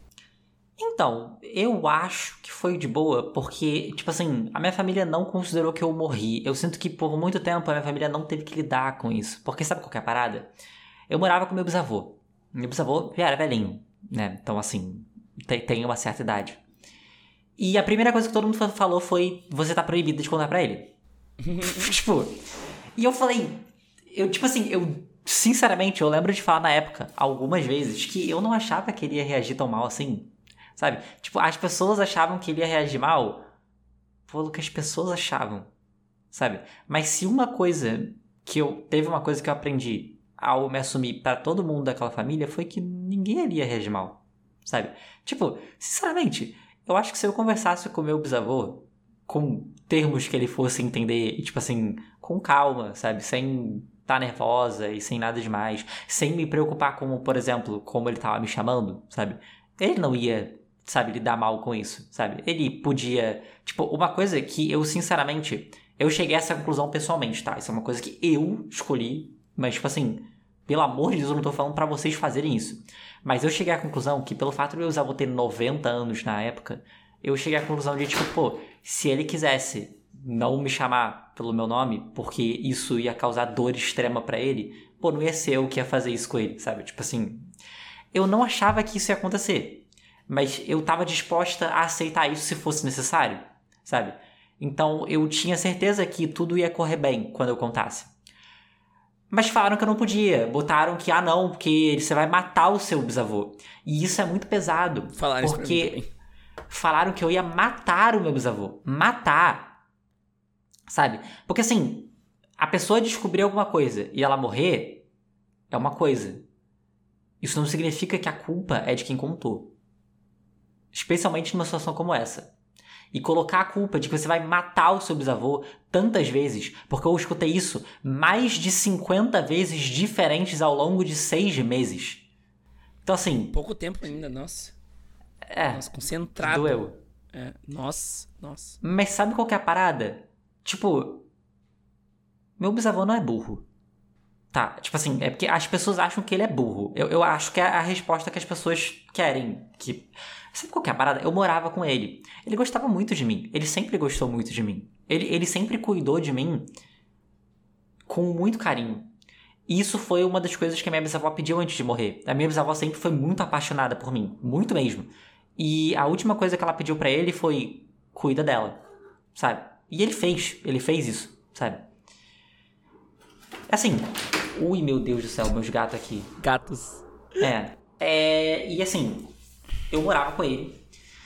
Então, eu acho que foi de boa, porque, tipo assim, a minha família não considerou que eu morri. Eu sinto que por muito tempo a minha família não teve que lidar com isso. Porque sabe qual que é a parada? Eu morava com meu bisavô. Meu bisavô já era velhinho, né? Então, assim, tem uma certa idade. E a primeira coisa que todo mundo falou foi: você tá proibido de contar pra ele. Tipo, e eu falei... Sinceramente, eu lembro de falar na época, algumas vezes, que eu não achava que ele ia reagir tão mal assim, sabe? Tipo, as pessoas achavam que ele ia reagir mal pelo que as pessoas achavam, sabe? Mas se teve uma coisa que eu aprendi ao me assumir pra todo mundo daquela família, foi que ninguém ali ia reagir mal, sabe? Tipo, sinceramente, eu acho que se eu conversasse com o meu bisavô com termos que ele fosse entender, e tipo assim, com calma, sabe? Sem tá nervosa e sem nada demais, sem me preocupar com, por exemplo, como ele tava me chamando, sabe? Ele não ia, sabe, lidar mal com isso, sabe? Ele podia... Tipo, uma coisa que eu, sinceramente, eu cheguei a essa conclusão pessoalmente, tá? Isso é uma coisa que eu escolhi, mas, tipo assim, pelo amor de Deus, eu não tô falando pra vocês fazerem isso. Mas eu cheguei à conclusão que, pelo fato de eu usar, ter 90 anos na época, eu cheguei à conclusão de, tipo, pô, se ele quisesse não me chamar pelo meu nome, porque isso ia causar dor extrema pra ele, pô, não ia ser eu que ia fazer isso com ele, sabe? Tipo assim, eu não achava que isso ia acontecer, mas eu tava disposta a aceitar isso se fosse necessário, sabe? Então eu tinha certeza que tudo ia correr bem quando eu contasse. Mas falaram que eu não podia, botaram que, não, porque você vai matar o seu bisavô. E isso é muito pesado, Falaram porque isso pra mim também. Falaram que eu ia matar o meu bisavô. Matar. Sabe? Porque assim, a pessoa descobrir alguma coisa e ela morrer é uma coisa. Isso não significa que a culpa é de quem contou. Especialmente numa situação como essa. E colocar a culpa de que você vai matar o seu bisavô tantas vezes, porque eu escutei isso mais de 50 vezes diferentes ao longo de 6 meses. Então assim... Pouco tempo ainda, nossa. É, nossa, concentrado. doeu. Nossa. Mas sabe qual que é a parada? Tipo, meu bisavô não é burro. Tá, tipo assim, é porque as pessoas acham que ele é burro. Eu acho que é a resposta que as pessoas querem. Sabe qual que é a parada? Eu morava com ele. Ele gostava muito de mim. Ele sempre gostou muito de mim. Ele sempre cuidou de mim com muito carinho. E isso foi uma das coisas que a minha bisavó pediu antes de morrer. A minha bisavó sempre foi muito apaixonada por mim. Muito mesmo. E a última coisa que ela pediu pra ele foi: cuida dela. Sabe? E ele fez isso, sabe? Assim, ui, meu Deus do céu, meus gatos aqui. Gatos. E assim, eu morava com ele.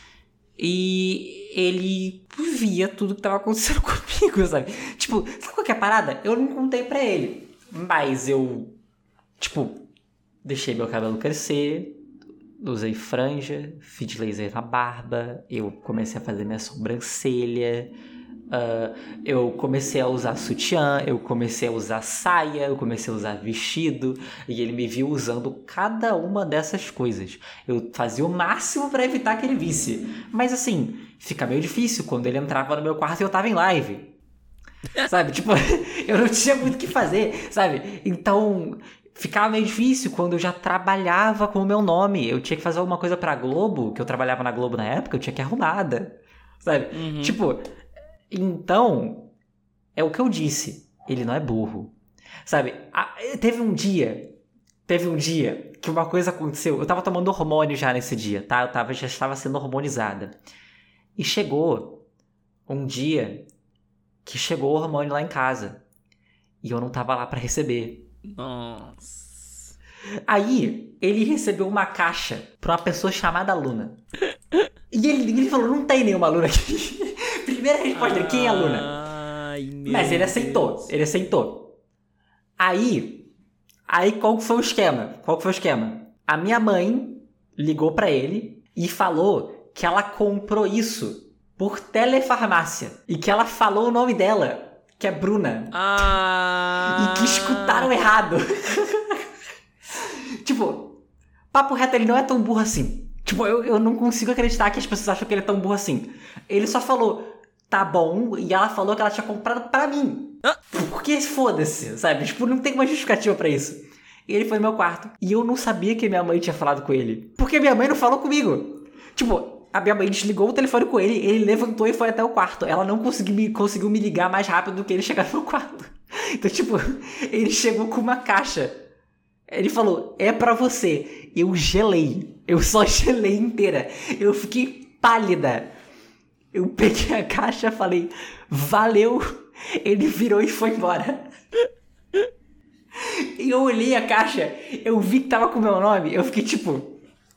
E ele via tudo que tava acontecendo comigo, sabe? Tipo, sabe qual que é a parada? Eu não contei pra ele. Mas eu, tipo, deixei meu cabelo crescer, usei franja, fiz laser na barba, eu comecei a fazer minha sobrancelha, eu comecei a usar sutiã, eu comecei a usar saia, eu comecei a usar vestido, e ele me viu usando cada uma dessas coisas. Eu fazia o máximo pra evitar que ele visse. Mas assim, fica meio difícil quando ele entrava no meu quarto e eu tava em live. Sabe? Tipo, eu não tinha muito o que fazer, sabe? Então, ficava meio difícil quando eu já trabalhava com o meu nome. Eu tinha que fazer alguma coisa pra Globo, que eu trabalhava na Globo na época, eu tinha que ir arrumada, sabe? Tipo, então, é o que eu disse. Ele não é burro, sabe? Teve um dia que uma coisa aconteceu. Eu tava tomando hormônio já nesse dia, tá? Já estava sendo hormonizada. E chegou um dia que chegou o hormônio lá em casa. E eu não tava lá pra receber. Nossa. Aí, ele recebeu uma caixa pra uma pessoa chamada Luna. E ele falou: não tem nenhuma Luna aqui. Primeira resposta dele: quem é a Luna? Mas ele aceitou. Aí, qual que foi o esquema? A minha mãe ligou pra ele e falou que ela comprou isso por telefarmácia. E que ela falou o nome dela, que é Bruna. E que escutaram errado. Tipo, papo reto, ele não é tão burro assim. Tipo, eu não consigo acreditar que as pessoas acham que ele é tão burro assim. Ele só falou: tá bom, e ela falou que ela tinha comprado pra mim. Porque foda-se, sabe? Tipo, não tem uma justificativa pra isso. E ele foi no meu quarto. E eu não sabia que minha mãe tinha falado com ele. Porque minha mãe não falou comigo. Tipo, a minha mãe desligou o telefone com ele, ele levantou e foi até o quarto. Ela não conseguiu me ligar mais rápido do que ele chegar no meu quarto. Então, tipo, ele chegou com uma caixa. Ele falou: é pra você. Eu gelei. Eu só gelei inteira. Eu fiquei pálida. Eu peguei a caixa e falei: valeu. Ele virou e foi embora. E eu olhei a caixa, eu vi que tava com o meu nome, eu fiquei tipo: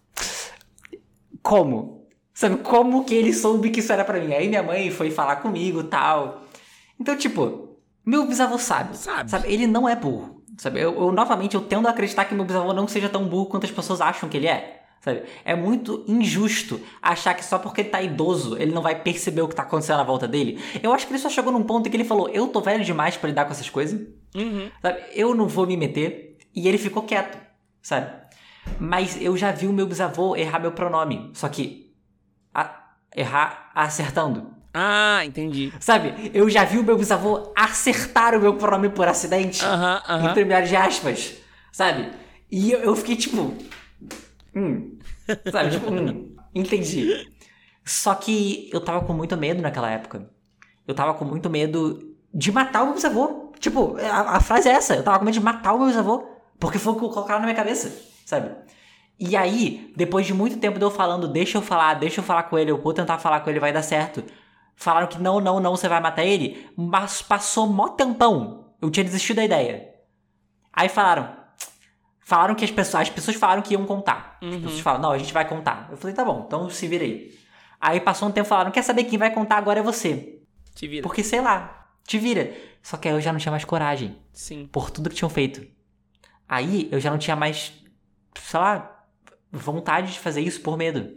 como? Sabe, como que ele soube que isso era pra mim? Aí minha mãe foi falar comigo e tal. Então, tipo, meu bisavô sabe. Ele não é burro. Sabe, novamente, eu tendo a acreditar que meu bisavô não seja tão burro quanto as pessoas acham que ele é. Sabe? É muito injusto achar que só porque ele tá idoso, ele não vai perceber o que tá acontecendo à volta dele. Eu acho que ele só chegou num ponto em que ele falou: eu tô velho demais pra lidar com essas coisas. Sabe? Eu não vou me meter. E ele ficou quieto, sabe? Mas eu já vi o meu bisavô errar meu pronome. Só que errar acertando. Entendi. Sabe? Eu já vi o meu bisavô acertar o meu pronome por acidente. Entre milhares de aspas. Sabe? E eu fiquei tipo... Sabe? Tipo, entendi. Só que eu tava com muito medo naquela época. Eu tava com muito medo de matar o meu bisavô. Tipo, a frase é essa. Eu tava com medo de matar o meu bisavô. Porque foi o que colocaram na minha cabeça. Sabe? E aí, depois de muito tempo de eu falando: deixa eu falar com ele, eu vou tentar falar com ele, vai dar certo. Falaram que não, você vai matar ele. Mas passou mó tempão. Eu tinha desistido da ideia. Aí falaram que as pessoas falaram que iam contar. As pessoas falaram: não, a gente vai contar. Eu falei: tá bom, então se vira aí. Aí passou um tempo, falaram: quer saber quem vai contar agora é você. Te vira. Porque, sei lá, te vira. Só que aí eu já não tinha mais coragem. Sim. Por tudo que tinham feito. Aí eu já não tinha mais, sei lá, vontade de fazer isso por medo.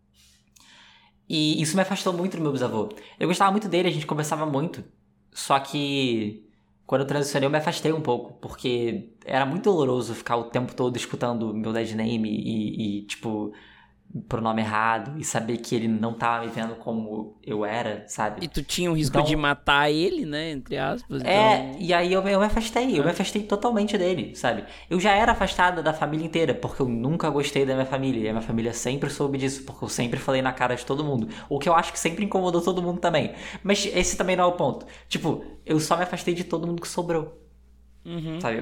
E isso me afastou muito do meu bisavô. Eu gostava muito dele, a gente conversava muito. Só que quando eu transicionei eu me afastei um pouco. Porque era muito doloroso ficar o tempo todo escutando meu dead name e tipo... pronome errado e saber que ele não tava me vendo como eu era, sabe? E tu tinha o risco de matar ele, né? Entre aspas. Então... e aí eu me afastei. Eu me afastei totalmente dele, sabe? Eu já era afastado da família inteira, porque eu nunca gostei da minha família. E a minha família sempre soube disso, porque eu sempre falei na cara de todo mundo. O que eu acho que sempre incomodou todo mundo também. Mas esse também não é o ponto. Tipo, eu só me afastei de todo mundo que sobrou. Sabe?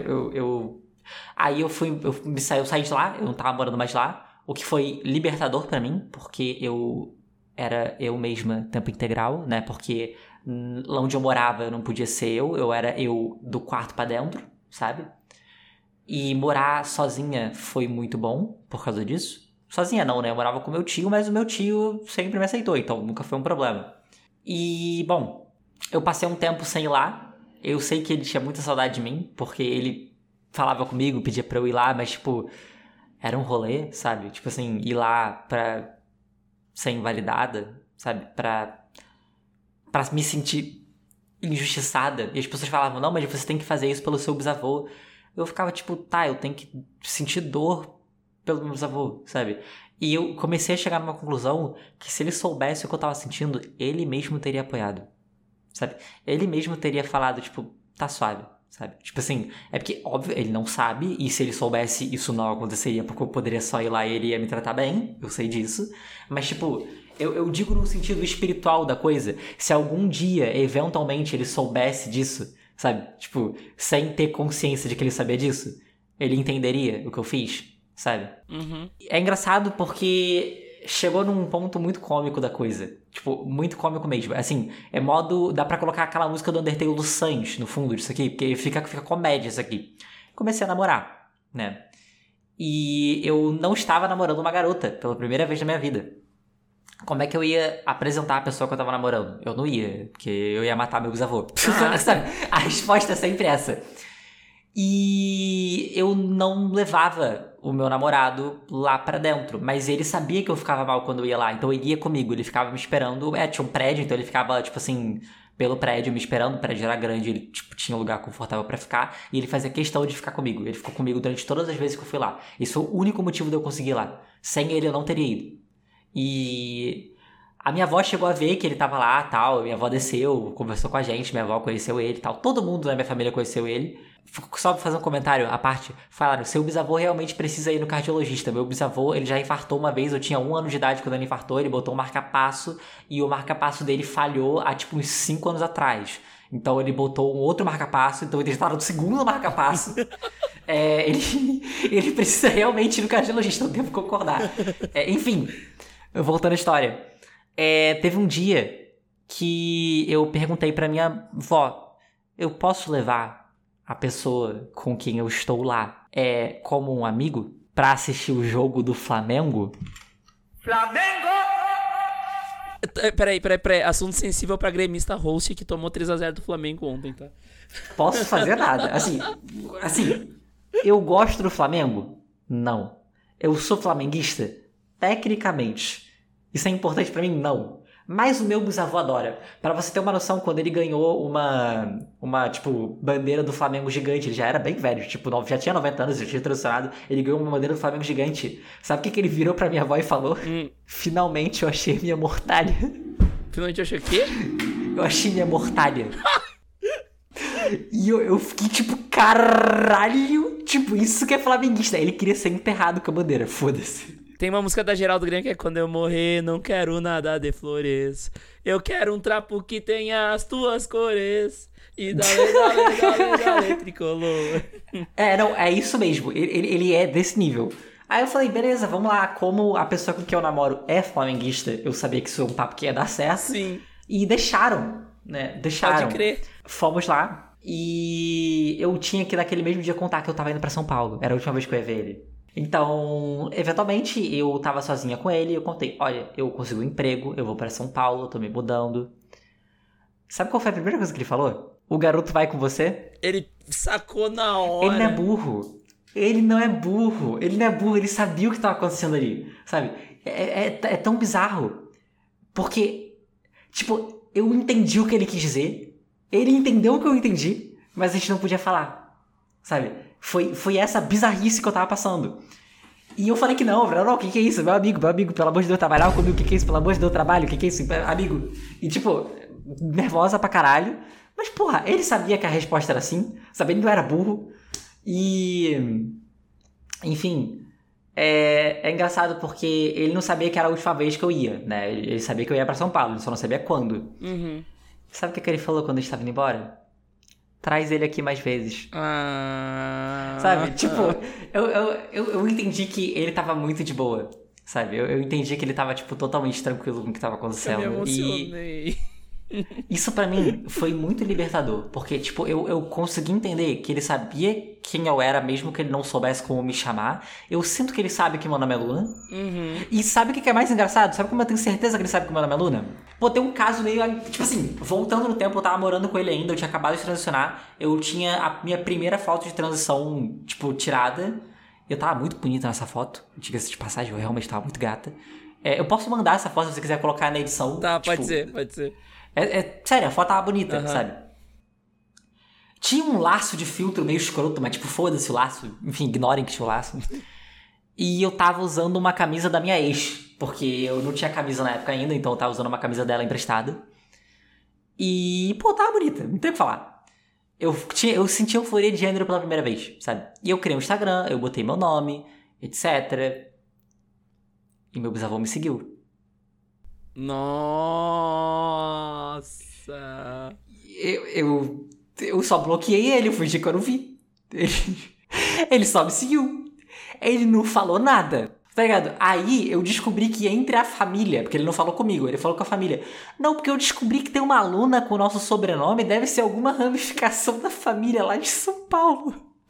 Aí eu saí de lá, eu não tava morando mais lá. O que foi libertador pra mim, porque eu era eu mesma tempo integral, né? Porque lá onde eu morava eu não podia ser eu era eu do quarto pra dentro, sabe? E morar sozinha foi muito bom por causa disso. Sozinha não, né? Eu morava com meu tio, mas o meu tio sempre me aceitou, então nunca foi um problema. E, bom, eu passei um tempo sem ir lá. Eu sei que ele tinha muita saudade de mim, porque ele falava comigo, pedia pra eu ir lá, mas, tipo... Era um rolê, sabe? Tipo assim, ir lá pra ser invalidada, sabe? Pra me sentir injustiçada. E as pessoas falavam, não, mas você tem que fazer isso pelo seu bisavô. Eu ficava tipo, tá, eu tenho que sentir dor pelo meu bisavô, sabe? E eu comecei a chegar numa conclusão que se ele soubesse o que eu tava sentindo, ele mesmo teria apoiado, sabe? Ele mesmo teria falado, tipo, tá suave. Sabe? Tipo assim, é porque, óbvio, ele não sabe, e se ele soubesse, isso não aconteceria, porque eu poderia só ir lá e ele ia me tratar bem, eu sei disso. Mas, tipo, eu digo no sentido espiritual da coisa, se algum dia, eventualmente, ele soubesse disso, sabe? Tipo, sem ter consciência de que ele sabia disso, ele entenderia o que eu fiz, sabe? É engraçado porque chegou num ponto muito cômico da coisa. Tipo, muito cômico mesmo. Assim, é modo... Dá pra colocar aquela música do Undertale do Sans no fundo disso aqui, porque fica comédia isso aqui. Comecei a namorar, né? E eu não estava namorando uma garota pela primeira vez na minha vida. Como é que eu ia apresentar a pessoa que eu tava namorando? Eu não ia, porque eu ia matar meu bisavô. Sabe? A resposta é sempre essa. E eu não levava o meu namorado lá pra dentro, mas ele sabia que eu ficava mal quando eu ia lá, então ele ia comigo, ele ficava me esperando, tinha um prédio, então ele ficava, tipo assim, pelo prédio me esperando, o prédio era grande, ele, tipo, tinha um lugar confortável pra ficar, e ele fazia questão de ficar comigo, ele ficou comigo durante todas as vezes que eu fui lá, isso foi o único motivo de eu conseguir ir lá, sem ele eu não teria ido. E... A minha avó chegou a ver que ele tava lá, tal, minha avó desceu, conversou com a gente, minha avó conheceu ele, tal, todo mundo da minha família conheceu ele. Só pra fazer um comentário à parte, falaram, seu bisavô realmente precisa ir no cardiologista. Meu bisavô, ele já infartou uma vez, eu tinha 1 ano de idade quando ele infartou, ele botou um marca-passo e o marca-passo dele falhou há tipo uns 5 anos atrás. Então ele botou um outro marca-passo, então eles estavam no segundo marca-passo. Ele precisa realmente ir no cardiologista, eu devo concordar. Enfim, voltando à história. Teve um dia que eu perguntei pra minha avó, eu posso levar a pessoa com quem eu estou lá como um amigo pra assistir o jogo do Flamengo? Flamengo! Peraí. Assunto sensível pra gremista host que tomou 3-0 do Flamengo ontem, tá? Posso fazer nada. Assim, eu gosto do Flamengo? Não. Eu sou flamenguista? Tecnicamente. Isso é importante pra mim? Não. Mas o meu bisavô adora. Pra você ter uma noção, quando ele ganhou uma tipo, bandeira do Flamengo gigante, ele já era bem velho, tipo, já tinha 90 anos, já tinha transicionado, ele ganhou uma bandeira do Flamengo gigante. Sabe o que ele virou pra minha avó e falou? Finalmente eu achei minha mortalha. Finalmente eu achei o quê? Eu achei minha mortalha. E eu fiquei tipo, caralho, tipo, isso que é flamenguista. Ele queria ser enterrado com a bandeira, foda-se. Tem uma música da Geraldo Grêmio que é quando eu morrer, não quero nada de flores. Eu quero um trapo que tenha as tuas cores. E dale, tricolor. Não, é isso mesmo. Ele é desse nível. Aí eu falei, beleza, vamos lá. Como a pessoa com quem eu namoro é flamenguista, eu sabia que isso é um papo que ia dar certo. Sim. E deixaram, né? Deixaram. Pode crer. Fomos lá. E eu tinha que naquele mesmo dia contar que eu tava indo pra São Paulo. Era a última vez que eu ia ver ele. Então, eventualmente, eu tava sozinha com ele e eu contei, olha, eu consegui um emprego, eu vou pra São Paulo, eu tô me mudando. Sabe qual foi a primeira coisa que ele falou? O garoto vai com você? Ele sacou na hora. Ele não é burro. Ele sabia o que tava acontecendo ali, sabe? É tão bizarro. Porque, tipo, eu entendi o que ele quis dizer, ele entendeu o que eu entendi, mas a gente não podia falar, sabe? Foi essa bizarrice que eu tava passando. E eu falei que não, o que é isso? Meu amigo, pelo amor de Deus, trabalhar comigo, o que é isso? Pelo amor de Deus, trabalho, o que é isso? Amigo. E tipo, nervosa pra caralho. Mas, porra, ele sabia que a resposta era sim, sabia, ele não era burro. E... Enfim, é engraçado porque ele não sabia que era a última vez que eu ia, né? Ele sabia que eu ia pra São Paulo, ele só não sabia quando. Uhum. Sabe o que ele falou quando a gente tava indo embora? Traz ele aqui mais vezes. Sabe? Tipo, eu entendi que ele tava muito de boa. Sabe? Eu entendi que ele tava, tipo, totalmente tranquilo com o que tava acontecendo. Eu me emocionei. Isso pra mim foi muito libertador. Porque, tipo, eu consegui entender que ele sabia quem eu era, mesmo que ele não soubesse como me chamar. Eu sinto que ele sabe que meu nome é Luan. Uhum. E sabe o que é mais engraçado? Sabe como eu tenho certeza que ele sabe que meu nome é Luna? Pô, tem um caso meio... Tipo assim, voltando no tempo, eu tava morando com ele ainda, eu tinha acabado de transicionar. Eu tinha a minha primeira foto de transição, tipo, tirada. Eu tava muito bonita nessa foto. Diga-se de passagem, eu realmente tava muito gata. Eu posso mandar essa foto se você quiser colocar na edição. Tá, tipo, pode ser. Sério, a foto tava bonita, Uhum. sabe? Tinha um laço de filtro meio escroto, mas tipo, foda-se o laço. Enfim, ignorem que tinha o laço. E eu tava usando uma camisa da minha ex, porque eu não tinha camisa na época ainda, então eu tava usando uma camisa dela emprestada. E, pô, tava bonita, não tem o que falar. Eu senti euforia de gênero pela primeira vez, sabe? E eu criei um Instagram, eu botei meu nome, etc. E meu bisavô me seguiu. Nossa. Eu só bloqueei ele, eu fingi que eu não vi. Ele só me seguiu. Ele não falou nada, tá ligado? Aí eu descobri que entre a família, porque ele não falou comigo, ele falou com a família. Não, porque eu descobri que tem uma aluna com o nosso sobrenome, deve ser alguma ramificação da família lá de São Paulo.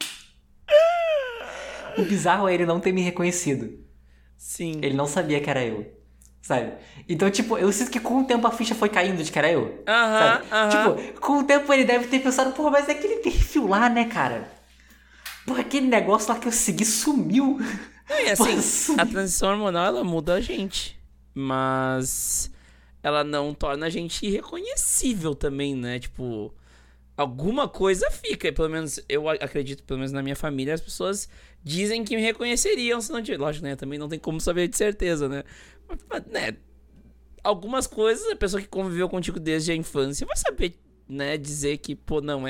O bizarro é ele não ter me reconhecido. Sim. Ele não sabia que era eu, sabe? Então, tipo, eu sinto que com o tempo a ficha foi caindo de que era eu, sabe? Tipo, com o tempo ele deve ter pensado, porra, mas é aquele perfil lá, né, cara? Porra, aquele negócio lá que eu segui sumiu. E assim, a transição hormonal, ela muda a gente. Mas ela não torna a gente irreconhecível também, né? Tipo, alguma coisa fica. Pelo menos, eu acredito, pelo menos na minha família, as pessoas dizem que me reconheceriam se não tivesse. Lógico, né? Também não tem como saber de certeza, né? Mas, né? Algumas coisas, a pessoa que conviveu contigo desde a infância vai saber, né? Dizer que, pô, não,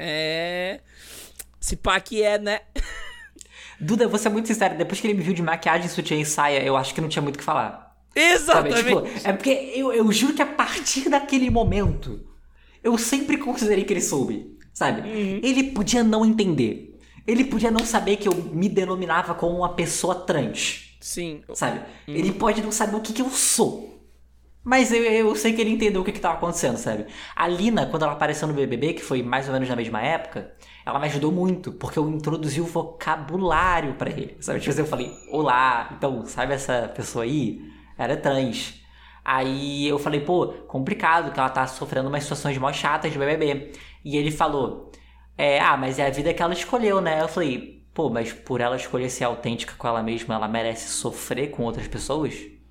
se pá que é, né? Duda, eu vou ser muito sincero, depois que ele me viu de maquiagem, sutiã e saia, eu acho que não tinha muito o que falar. Exatamente. Sabe? Tipo, é porque eu juro que a partir daquele momento, eu sempre considerei que ele soube, sabe? Uhum. Ele podia não entender. Ele podia não saber que eu me denominava como uma pessoa trans. Sim. Sabe? Ele pode não saber o que eu sou. Mas eu sei que ele entendeu o que tava acontecendo, sabe? A Lina, quando ela apareceu no BBB, que foi mais ou menos na mesma época, ela me ajudou muito, porque eu introduzi o vocabulário pra ele, sabe? Tipo assim, eu falei, olá, então, sabe essa pessoa aí? Era trans. Aí eu falei, pô, complicado, que ela tá sofrendo umas situações mó chatas de BBB. E ele falou, mas é a vida que ela escolheu, né? Eu falei, pô, mas por ela escolher ser autêntica com ela mesma, ela merece sofrer com outras pessoas?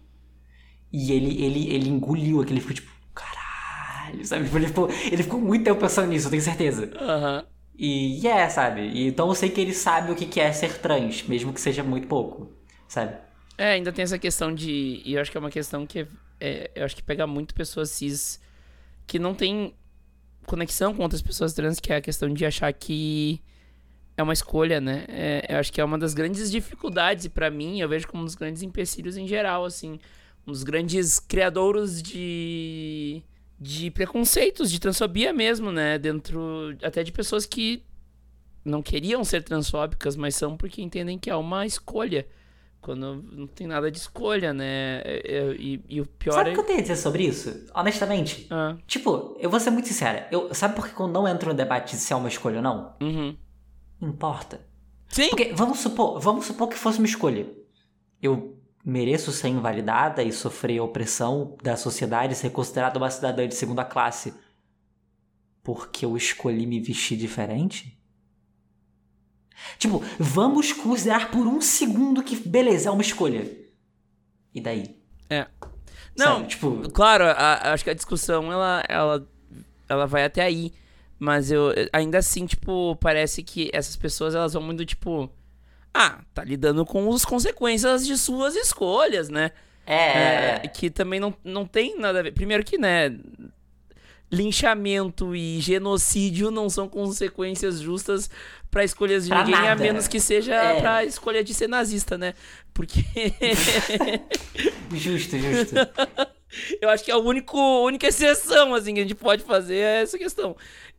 E ele engoliu aquele, ficou tipo, caralho, sabe? Ele ficou muito tempo pensando nisso, eu tenho certeza. Aham. E sabe? E, então eu sei que ele sabe o que é ser trans, mesmo que seja muito pouco, sabe? Ainda tem essa questão de... E eu acho que é uma questão que eu acho que pega muito pessoas cis que não tem conexão com outras pessoas trans, que é a questão de achar que é uma escolha, né? Eu acho que é uma das grandes dificuldades, e pra mim, eu vejo como um dos grandes empecilhos em geral, assim. Um dos grandes criadouros de preconceitos, de transfobia mesmo, né? Dentro até de pessoas que não queriam ser transfóbicas, mas são porque entendem que é uma escolha. Quando não tem nada de escolha, né? E o pior Sabe o que eu tenho a dizer sobre isso? Honestamente. Tipo, eu vou ser muito sincera. Sabe por que eu não entro no debate de se é uma escolha ou não? Uhum. Não importa. Sim. Porque vamos supor que fosse uma escolha. Eu mereço ser invalidada e sofrer opressão da sociedade e ser considerada uma cidadã de segunda classe porque eu escolhi me vestir diferente? Tipo, vamos considerar por um segundo que, beleza, é uma escolha. E daí? Não, sabe, tipo... Claro, acho que a discussão, ela vai até aí. Mas eu ainda assim, tipo, parece que essas pessoas, elas vão muito, tipo... tá lidando com as consequências de suas escolhas, né? Que também não tem nada a ver. Primeiro que, né, linchamento e genocídio não são consequências justas pra escolhas de Pra ninguém, nada. a menos que seja pra escolha de ser nazista, né? Porque Justo. eu acho que a única exceção, assim, que a gente pode fazer é essa questão.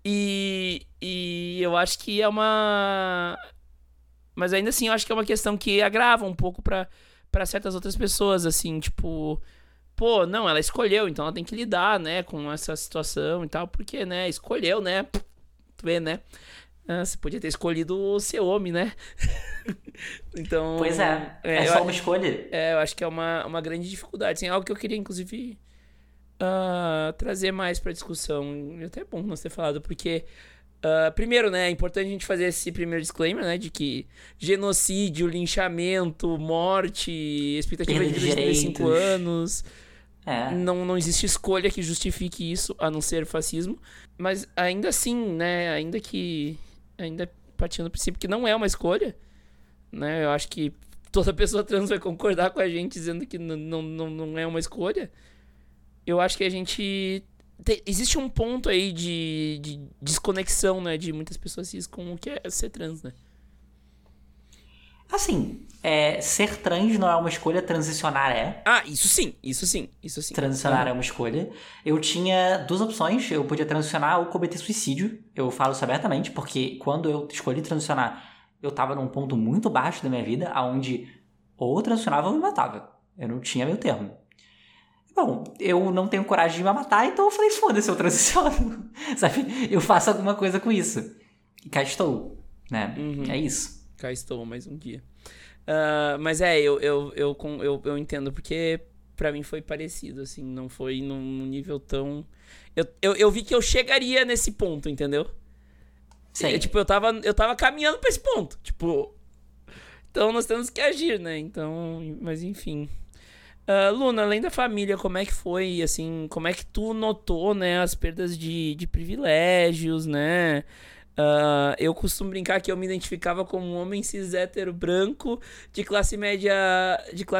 E eu acho que é uma... Mas ainda assim, eu acho que é uma questão que agrava um pouco pra certas outras pessoas, assim, tipo... Pô, não, ela escolheu, então ela tem que lidar, né, com essa situação e tal, porque, né, escolheu, né, tu vê, né, você podia ter escolhido ser homem, né, então... Pois é só uma escolha. Eu acho que é uma grande dificuldade, assim, algo que eu queria, inclusive, trazer mais pra discussão, e até é bom nós ter falado, porque... primeiro, né, é importante a gente fazer esse primeiro disclaimer, né, de que genocídio, linchamento, morte, expectativa de vida de 35 anos... Não existe escolha que justifique isso, a não ser fascismo. Mas ainda assim, né? Ainda partindo do princípio que não é uma escolha, né? Eu acho que toda pessoa trans vai concordar com a gente dizendo que não é uma escolha. Eu acho que a gente... existe um ponto aí de desconexão, né? De muitas pessoas cis com o que é ser trans, né? Assim, ser trans não é uma escolha, transicionar é. Isso sim. Transicionar é uma escolha. Eu tinha duas opções, eu podia transicionar ou cometer suicídio. Eu falo isso abertamente, porque quando eu escolhi transicionar, eu tava num ponto muito baixo da minha vida, onde ou eu transicionava ou eu me matava. Eu não tinha meio termo. Bom, eu não tenho coragem de me matar, então eu falei, foda-se, eu transiciono. Sabe? Eu faço alguma coisa com isso. E cá estou, né? É isso. Cá estou, mais um dia. Mas eu entendo, porque pra mim foi parecido, assim, não foi num nível tão... Eu vi que eu chegaria nesse ponto, entendeu? Sim. Eu tava caminhando pra esse ponto, tipo... Então nós temos que agir, né? Então, mas enfim... Luna, além da família, como é que foi, assim, como é que tu notou, né, as perdas de privilégios, né? Eu costumo brincar que eu me identificava como um homem cis hétero branco de classe média,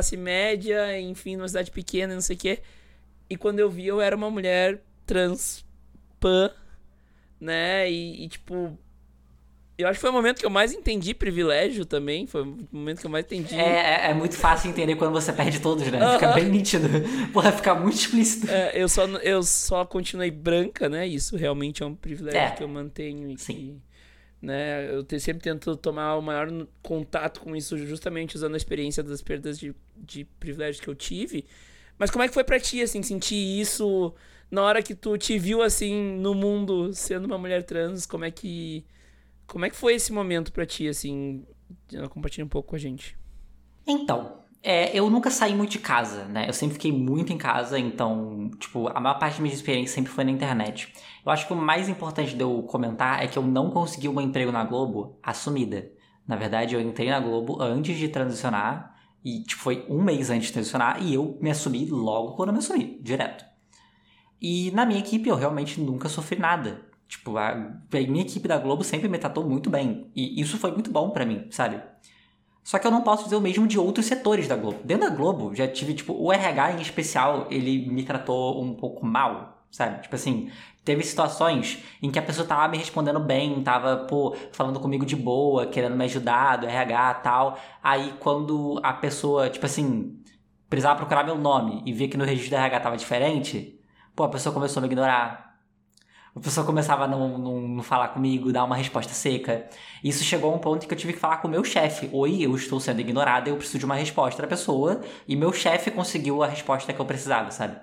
enfim, numa cidade pequena, não sei o quê. E quando eu vi, eu era uma mulher trans pan, né? E tipo, eu acho que foi o momento que eu mais entendi privilégio também. Foi o momento que eu mais entendi. É muito fácil entender quando você perde todos, né? Fica bem nítido. Porra, fica muito explícito. Eu só continuei branca, né? Isso realmente é um privilégio que eu mantenho. E sim. Que, né? Eu sempre tento tomar o maior contato com isso, justamente usando a experiência das perdas de privilégios que eu tive. Mas como é que foi pra ti, assim, sentir isso na hora que tu te viu, assim, no mundo, sendo uma mulher trans? Como é que foi esse momento pra ti, assim? Compartilha um pouco com a gente. Então, eu nunca saí muito de casa, né? Eu sempre fiquei muito em casa, então, tipo, a maior parte da minha experiência sempre foi na internet. Eu acho que o mais importante de eu comentar é que eu não consegui um emprego na Globo assumida. Na verdade, eu entrei na Globo antes de transicionar, e, tipo, foi um mês antes de transicionar, e eu me assumi logo quando eu me assumi, direto. E na minha equipe eu realmente nunca sofri nada. Tipo, a minha equipe da Globo sempre me tratou muito bem. E isso foi muito bom pra mim, sabe? Só que eu não posso dizer o mesmo de outros setores da Globo. Dentro da Globo, já tive, tipo, o RH em especial, ele me tratou um pouco mal, sabe? Tipo assim, teve situações em que a pessoa tava me respondendo bem, tava, falando comigo de boa, querendo me ajudar, do RH e tal. Aí, quando a pessoa, tipo assim, precisava procurar meu nome e ver que no registro do RH tava diferente, a pessoa começou a me ignorar. A pessoa começava a não falar comigo, dar uma resposta seca. Isso chegou a um ponto em que eu tive que falar com o meu chefe. Oi, eu estou sendo ignorada, eu preciso de uma resposta da pessoa. E meu chefe conseguiu a resposta que eu precisava, sabe?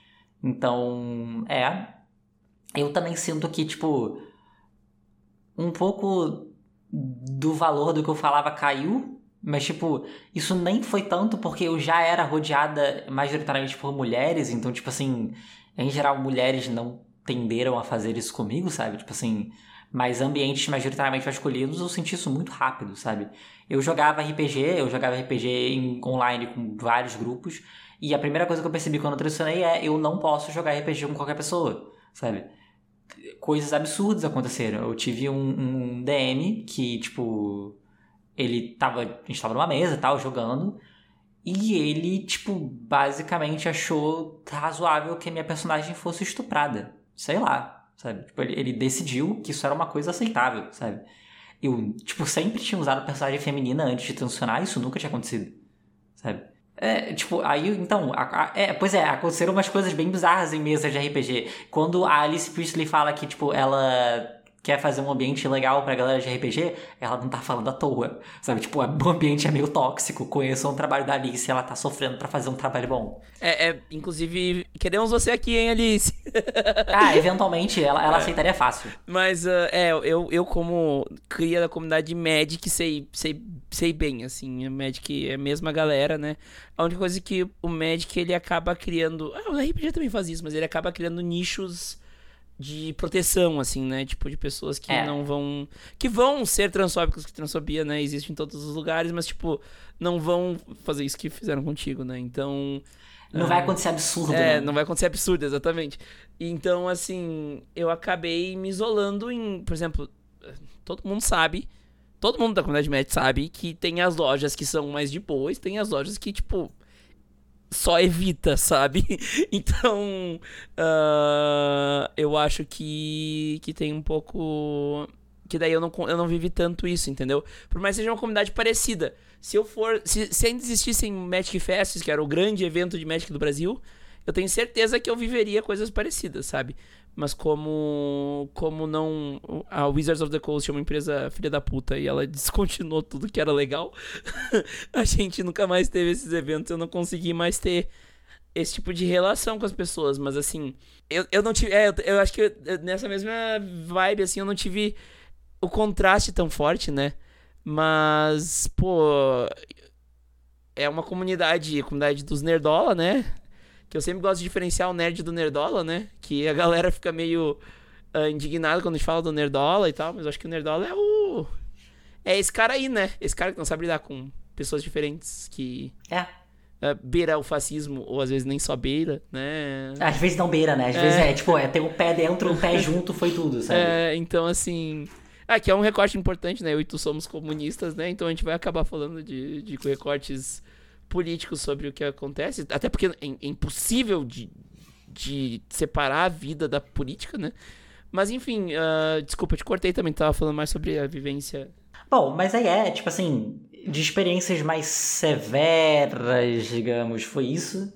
Então, eu também sinto que, tipo, um pouco do valor do que eu falava caiu. Mas, tipo, isso nem foi tanto porque eu já era rodeada majoritariamente por mulheres. Então, tipo assim, em geral, mulheres não tenderam a fazer isso comigo, sabe? Tipo assim, mas ambientes majoritariamente masculinos, eu senti isso muito rápido, sabe? Eu jogava RPG online com vários grupos, e a primeira coisa que eu percebi quando eu transicionei eu não posso jogar RPG com qualquer pessoa, sabe? Coisas absurdas aconteceram. Eu tive um DM que, tipo, A gente tava numa mesa e tal, jogando. E ele, tipo, basicamente achou razoável que a minha personagem fosse estuprada. Sei lá, sabe? Tipo, ele decidiu que isso era uma coisa aceitável, sabe? Eu, tipo, sempre tinha usado personagem feminina antes de transicionar, isso nunca tinha acontecido, sabe? Tipo, aí, então, aconteceram umas coisas bem bizarras em mesas de RPG. Quando a Alice Priestley fala que, tipo, ela quer fazer um ambiente legal pra galera de RPG, ela não tá falando à toa, sabe? Tipo, o ambiente é meio tóxico, conheçam o trabalho da Alice, ela tá sofrendo pra fazer um trabalho bom. Inclusive, queremos você aqui, hein, Alice? Eventualmente, ela aceitaria fácil. Mas, eu como cria da comunidade de Magic, sei bem, assim, o Magic é a mesma galera, né? A única coisa é que o Magic, ele acaba criando... o RPG também faz isso, mas ele acaba criando nichos de proteção, assim, né? Tipo, de pessoas que não vão... Que vão ser transfóbicos, que transfobia, né? Existe em todos os lugares, mas, tipo, não vão fazer isso que fizeram contigo, né? Então... Não vai acontecer absurdo, né? Não vai acontecer absurdo, exatamente. Então, assim, eu acabei me isolando em... Por exemplo, todo mundo da comunidade Magic sabe que tem as lojas que são mais de boa e tem as lojas que, tipo... só evita, sabe? Então, eu acho que tem um pouco... Que daí eu não vivi tanto isso, entendeu? Por mais que seja uma comunidade parecida. Se ainda existissem Magic Fests, que era o grande evento de Magic do Brasil, eu tenho certeza que eu viveria coisas parecidas, sabe? Mas como não... A Wizards of the Coast é uma empresa filha da puta e ela descontinuou tudo que era legal, a gente nunca mais teve esses eventos, eu não consegui mais ter esse tipo de relação com as pessoas. Mas assim, eu não tive... eu acho que nessa mesma vibe, assim, eu não tive o contraste tão forte, né? Mas, pô... É uma comunidade, a comunidade dos nerdola, né? Que eu sempre gosto de diferenciar o nerd do nerdola, né? Que a galera fica meio indignada quando a gente fala do nerdola e tal, mas eu acho que o nerdola é esse cara aí, né? Esse cara que não sabe lidar com pessoas diferentes, que beira o fascismo, ou às vezes nem só beira, né? Às vezes não beira, né? Às vezes tem um pé dentro, um pé junto, foi tudo, sabe? Então assim... que é um recorte importante, né? Eu e tu somos comunistas, né? Então a gente vai acabar falando de recortes políticos sobre o que acontece, até porque é impossível de separar a vida da política, né? Mas enfim, desculpa, eu te cortei também, tava falando mais sobre a vivência. Bom, mas aí tipo assim, de experiências mais severas, digamos, foi isso.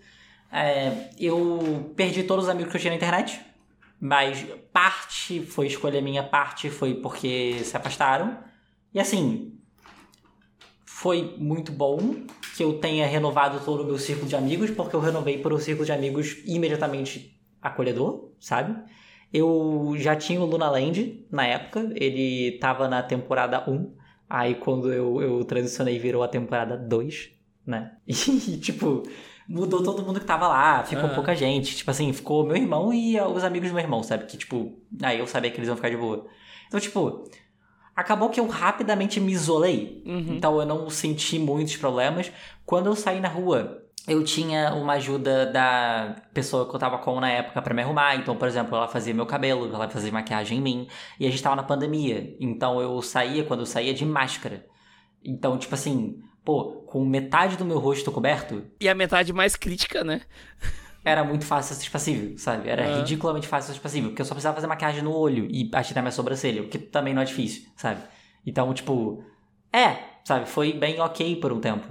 Eu perdi todos os amigos que eu tinha na internet, mas parte foi escolha minha, parte foi porque se afastaram. E assim, foi muito bom que eu tenha renovado todo o meu círculo de amigos, porque eu renovei por um círculo de amigos imediatamente acolhedor, sabe? Eu já tinha o Luna Land na época, ele tava na temporada 1, aí quando eu transicionei virou a temporada 2, né? E tipo, mudou todo mundo que tava lá, ficou pouca gente, tipo assim, ficou meu irmão e os amigos do meu irmão, sabe? Que tipo, aí eu sabia que eles iam ficar de boa. Então tipo... Acabou que eu rapidamente me isolei, então eu não senti muitos problemas. Quando eu saí na rua, eu tinha uma ajuda da pessoa que eu tava com na época pra me arrumar. Então, por exemplo, ela fazia meu cabelo, ela fazia maquiagem em mim. E a gente tava na pandemia, então quando eu saía, de máscara. Então, tipo assim, com metade do meu rosto coberto... E a metade mais crítica, né? Era muito fácil ser passível, sabe? Era ridiculamente fácil ser passível, porque eu só precisava fazer maquiagem no olho e agitar minha sobrancelha, o que também não é difícil, sabe? Então, tipo... sabe? Foi bem ok por um tempo.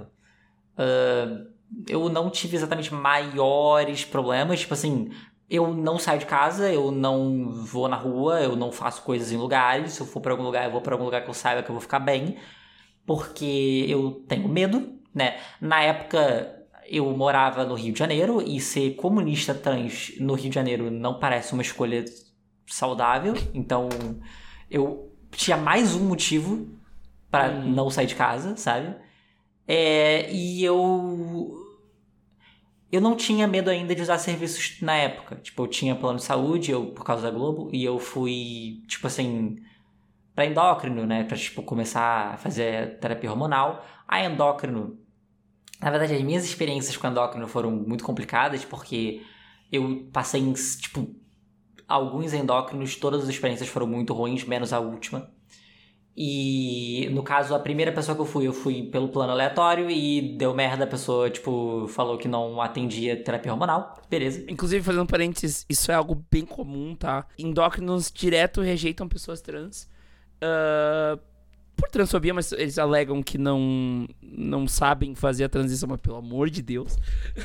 Eu não tive exatamente maiores problemas, tipo assim... Eu não saio de casa, eu não vou na rua, eu não faço coisas em lugares. Se eu for pra algum lugar, eu vou pra algum lugar que eu saiba que eu vou ficar bem. Porque eu tenho medo, né? Na época... Eu morava no Rio de Janeiro e ser comunista trans no Rio de Janeiro não parece uma escolha saudável. Então, eu tinha mais um motivo pra não sair de casa, sabe? E eu não tinha medo ainda de usar serviços na época. Tipo, eu tinha plano de saúde por causa da Globo e eu fui, tipo assim, pra endócrino, né? Pra, tipo, começar a fazer terapia hormonal. A endócrino... Na verdade, as minhas experiências com endócrino foram muito complicadas, porque eu passei em, tipo, alguns endócrinos, todas as experiências foram muito ruins, menos a última. E, no caso, a primeira pessoa que eu fui pelo plano aleatório e deu merda, a pessoa, tipo, falou que não atendia terapia hormonal. Beleza. Inclusive, fazendo parênteses, isso é algo bem comum, tá? Endócrinos direto rejeitam pessoas trans. Por transfobia, mas eles alegam que não sabem fazer a transição, mas pelo amor de Deus.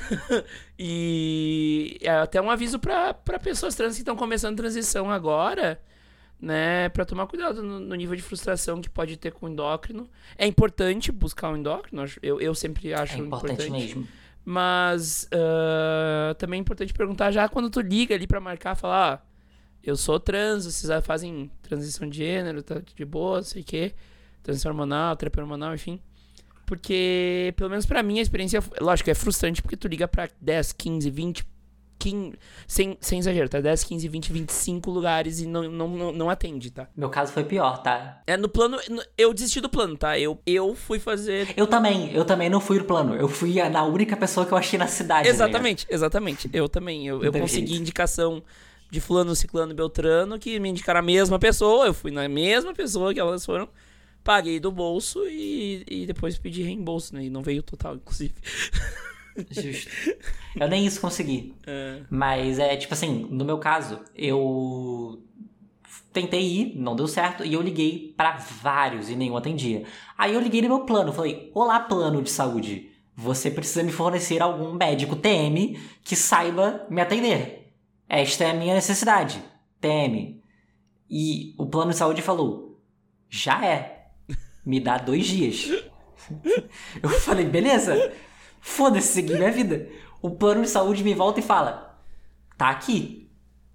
E é até um aviso pra pessoas trans que estão começando transição agora, né, pra tomar cuidado no nível de frustração que pode ter com o endócrino. É importante buscar um endócrino, eu sempre acho importante mesmo. Mas também é importante perguntar já quando tu liga ali pra marcar, falar, eu sou trans, vocês fazem transição de gênero, tá de boa, sei o quê, transição hormonal, terapia hormonal, enfim. Porque, pelo menos pra mim, a experiência, lógico, é frustrante, porque tu liga pra 10, 15, 20, sem exagero, tá? 10, 15, 20, 25 lugares e não atende, tá? Meu caso foi pior, tá? No plano, eu desisti do plano, tá? Eu fui fazer... Eu também não fui no plano. Eu fui na única pessoa que eu achei na cidade. Exatamente. Eu também. Eu consegui indicação de fulano, ciclano, beltrano, que me indicaram a mesma pessoa. Eu fui na mesma pessoa que elas foram. Paguei do bolso e depois pedi reembolso, né? E não veio o total, inclusive. Justo. Eu nem isso consegui. Mas tipo assim, no meu caso, eu tentei ir, não deu certo, e eu liguei pra vários e nenhum atendia. Aí eu liguei no meu plano, falei, olá, plano de saúde, você precisa me fornecer algum médico TM que saiba me atender. Esta é a minha necessidade, TM. E o plano de saúde falou, já é, me dá 2 dias. Eu falei, beleza, foda-se, segui minha vida. O plano de saúde me volta e fala, tá aqui.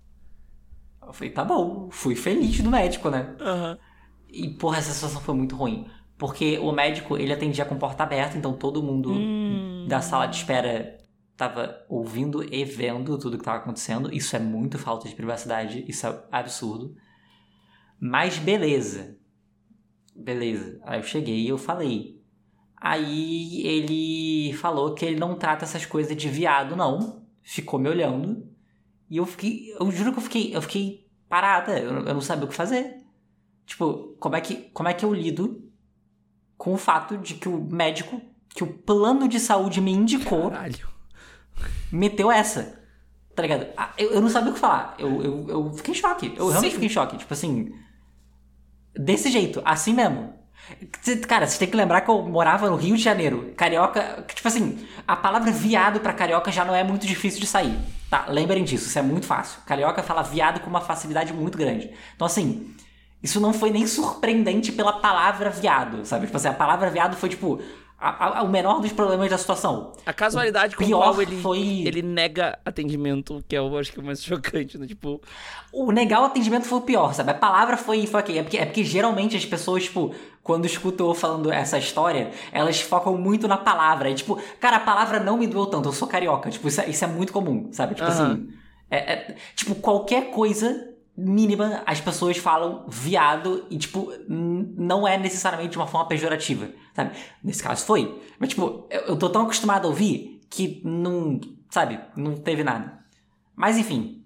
Eu falei, tá bom, fui feliz do médico, né? E, porra, essa situação foi muito ruim. Porque o médico, ele atendia com porta aberta, então todo mundo da sala de espera tava ouvindo e vendo tudo que tava acontecendo. Isso é muito falta de privacidade, isso é absurdo. Mas beleza. Aí eu cheguei e eu falei. Aí ele falou que ele não trata essas coisas de viado, não. Ficou me olhando. E eu juro que eu fiquei parada. Eu não sabia o que fazer. Tipo, como é que eu lido com o fato de que o médico, que o plano de saúde me indicou, meteu essa? Tá ligado? Eu não sabia o que falar. Eu fiquei em choque. Eu realmente fiquei em choque. Tipo assim, desse jeito, assim mesmo. Cara, vocês têm que lembrar que eu morava no Rio de Janeiro. Carioca, tipo assim, a palavra viado pra carioca já não é muito difícil de sair, tá? Lembrem disso, isso é muito fácil. Carioca fala viado com uma facilidade muito grande. Então assim, isso não foi nem surpreendente pela palavra viado, sabe? Tipo assim, a palavra viado foi tipo o menor dos problemas da situação. A casualidade com pior qual ele, foi... ele nega atendimento, que eu acho que é o mais chocante, né? Tipo... O negar o atendimento foi o pior, sabe? A palavra foi ok. É porque geralmente as pessoas, tipo, quando escutam eu falando essa história, elas focam muito na palavra. E, tipo, cara, a palavra não me doeu tanto, eu sou carioca. Tipo, isso é muito comum, sabe? Tipo assim... tipo, qualquer coisa mínima, as pessoas falam viado e, tipo, não é necessariamente de uma forma pejorativa, sabe? Nesse caso foi. Mas, tipo, eu tô tão acostumado a ouvir que não, sabe? Não teve nada. Mas, enfim.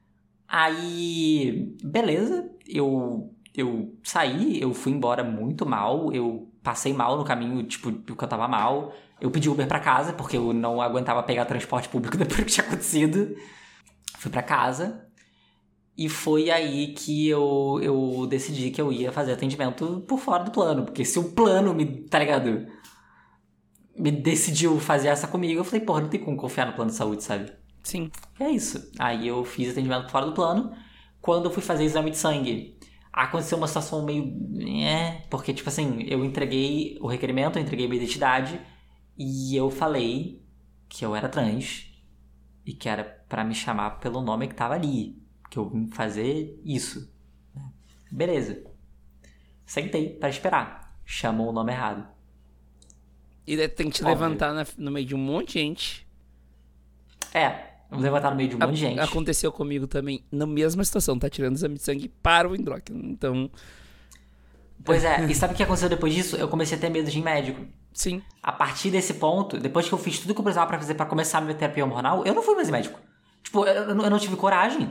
Aí, beleza. Eu saí, eu fui embora muito mal. Eu passei mal no caminho, tipo, porque eu tava mal. Eu pedi Uber pra casa, porque eu não aguentava pegar transporte público depois do que tinha acontecido. Fui pra casa. E foi aí que eu decidi que eu ia fazer atendimento por fora do plano. Porque se o plano tá ligado? Me decidiu fazer essa comigo, eu falei, porra, não tem como confiar no plano de saúde, sabe? Sim. É isso. Aí eu fiz atendimento por fora do plano. Quando eu fui fazer exame de sangue, aconteceu uma situação meio... porque, tipo assim, eu entreguei o requerimento, eu entreguei minha identidade. E eu falei que eu era trans. E que era pra me chamar pelo nome que tava ali. Que eu vim fazer isso. Beleza. Sentei pra esperar. Chamou o nome errado. E daí tem que te levantar no meio de um monte de gente. Vou levantar no meio de um monte de gente. Aconteceu comigo também, na mesma situação. Tá tirando exame de sangue para o endócrino. Então... Pois é. E sabe o que aconteceu depois disso? Eu comecei a ter medo de ir médico. Sim. A partir desse ponto, depois que eu fiz tudo que eu precisava pra fazer pra começar a minha terapia hormonal, eu não fui mais médico. Tipo, eu não tive coragem.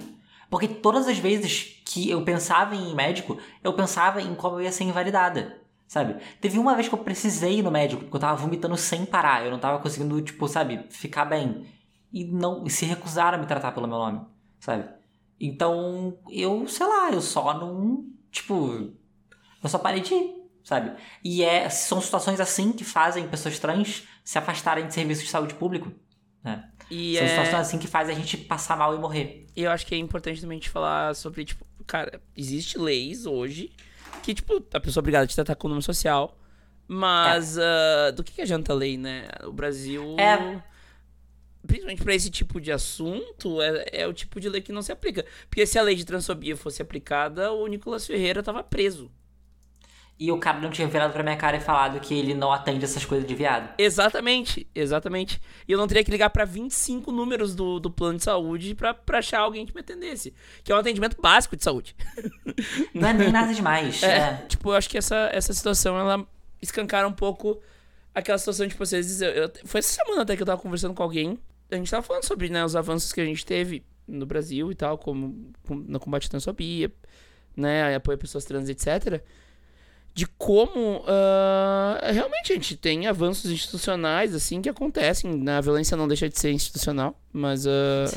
Porque todas as vezes que eu pensava em ir médico, eu pensava em como eu ia ser invalidada, sabe? Teve uma vez que eu precisei ir no médico, porque eu tava vomitando sem parar. Eu não tava conseguindo, tipo, sabe, ficar bem. E se recusaram a me tratar pelo meu nome, sabe? Então, sei lá, eu só não... Tipo, eu só parei de ir, sabe? E são situações assim que fazem pessoas trans se afastarem de serviços de saúde público, né? São situações assim que fazem a gente passar mal e morrer. E eu acho que é importante também a gente falar sobre, tipo, cara, existe leis hoje que, tipo, a pessoa é obrigada a te tratar com o nome social, mas do que adianta a lei, né? O Brasil, principalmente pra esse tipo de assunto, é o tipo de lei que não se aplica. Porque se a lei de transfobia fosse aplicada, o Nicolas Ferreira tava preso. E o cara não tinha virado pra minha cara e falado que ele não atende essas coisas de viado. Exatamente. E eu não teria que ligar pra 25 números do plano de saúde pra achar alguém que me atendesse. Que é um atendimento básico de saúde. Não é nem nada demais. Tipo, eu acho que essa situação, ela escancara um pouco aquela situação de, tipo, vocês... Foi essa semana até que eu tava conversando com alguém. A gente tava falando sobre, né, os avanços que a gente teve no Brasil e tal, como no combate à transfobia, né, apoio a pessoas trans, etc., de como realmente a gente tem avanços institucionais, assim, que acontecem. A violência não deixa de ser institucional, mas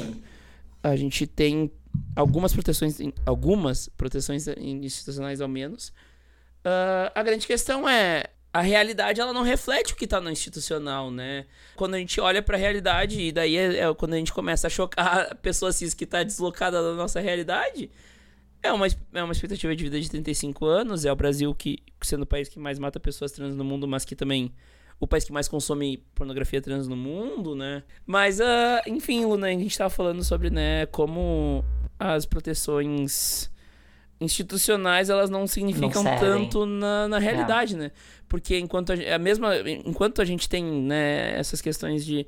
a gente tem algumas proteções institucionais ao menos. A grande questão a realidade, ela não reflete o que tá no institucional, né? Quando a gente olha pra realidade, e daí quando a gente começa a chocar a pessoa cis que tá deslocada da nossa realidade... É uma expectativa de vida de 35 anos. É o Brasil que, sendo o país que mais mata pessoas trans no mundo, mas que também o país que mais consome pornografia trans no mundo, né? Mas, enfim, Luna, a gente tava falando sobre, né, como as proteções institucionais, elas não significam tanto na realidade, né? Porque enquanto a gente tem, né, essas questões de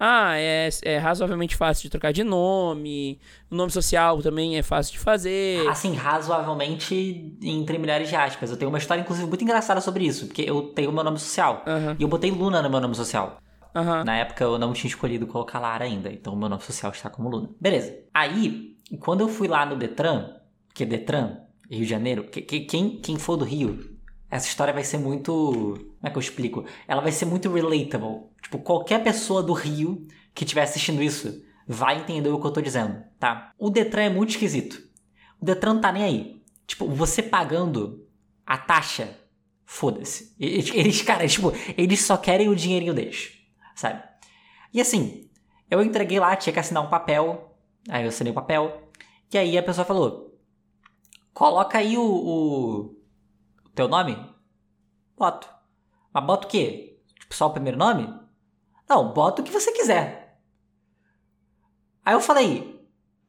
é razoavelmente fácil de trocar de nome, o nome social também é fácil de fazer. Assim, razoavelmente entre milhares de aspas. Eu tenho uma história, inclusive, muito engraçada sobre isso, porque eu tenho o meu nome social. E eu botei Luna no meu nome social. Na época eu não tinha escolhido colocar Lara ainda, então o meu nome social está como Luna. Beleza. Aí, quando eu fui lá no Detran, que é Detran, Rio de Janeiro, quem for do Rio, essa história vai ser muito... Como é que eu explico? Ela vai ser muito relatable. Tipo, qualquer pessoa do Rio que estiver assistindo isso vai entender o que eu tô dizendo, tá? O Detran é muito esquisito. O Detran não tá nem aí. Tipo, você pagando a taxa, foda-se. Eles só querem o dinheirinho deles, sabe? E assim, eu entreguei lá, tinha que assinar um papel. Aí eu assinei o papel. E aí a pessoa falou... Coloca aí o teu nome? Boto. Mas bota o quê? Tipo, só o primeiro nome? Não, bota o que você quiser. Aí eu falei...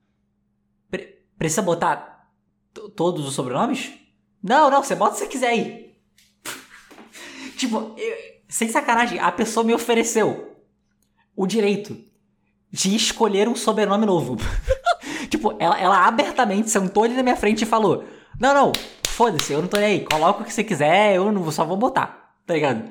Precisa botar todos os sobrenomes? Não, você bota o que você quiser aí. Tipo, sem sacanagem, a pessoa me ofereceu o direito de escolher um sobrenome novo. Tipo, ela abertamente sentou ali na minha frente e falou... Não, foda-se, eu não tô nem aí. Coloca o que você quiser, só vou botar, tá ligado?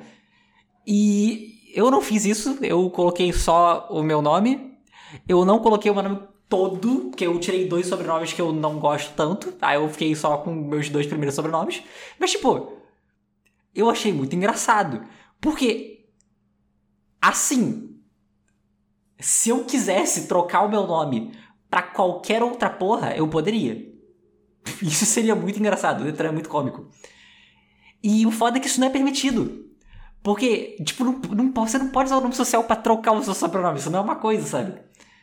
E eu não fiz isso, eu coloquei só o meu nome. Eu não coloquei o meu nome todo, porque eu tirei 2 sobrenomes que eu não gosto tanto. Aí eu fiquei só com meus 2 primeiros sobrenomes. Mas, tipo, eu achei muito engraçado. Porque, assim, se eu quisesse trocar o meu nome... pra qualquer outra porra, eu poderia. Isso seria muito engraçado, o Detran é muito cômico. E o foda é que isso não é permitido. Porque, tipo, você não pode usar o nome social pra trocar o seu sobrenome, isso não é uma coisa, sabe?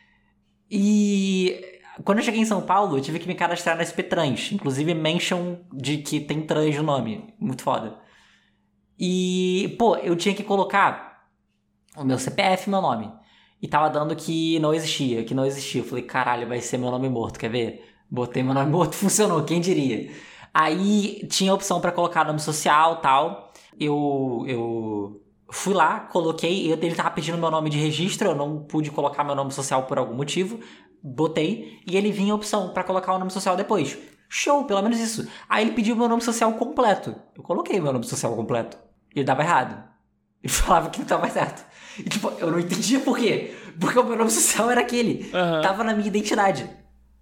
E quando eu cheguei em São Paulo, eu tive que me cadastrar na SP Trans. Inclusive, mention de que tem trans no nome. Muito foda. E, pô, eu tinha que colocar o meu CPF e meu nome. E tava dando que não existia. Eu falei, caralho, vai ser meu nome morto, quer ver? Botei meu nome morto, funcionou, quem diria? Aí tinha a opção pra colocar nome social e tal. Eu fui lá, coloquei, ele tava pedindo meu nome de registro, eu não pude colocar meu nome social por algum motivo. Botei, e ele vinha a opção pra colocar o nome social depois. Show, pelo menos isso. Aí ele pediu meu nome social completo. Eu coloquei meu nome social completo. E ele dava errado. Ele falava que não tava certo. E tipo, eu não entendia por quê. Porque o meu nome social era aquele. Tava na minha identidade.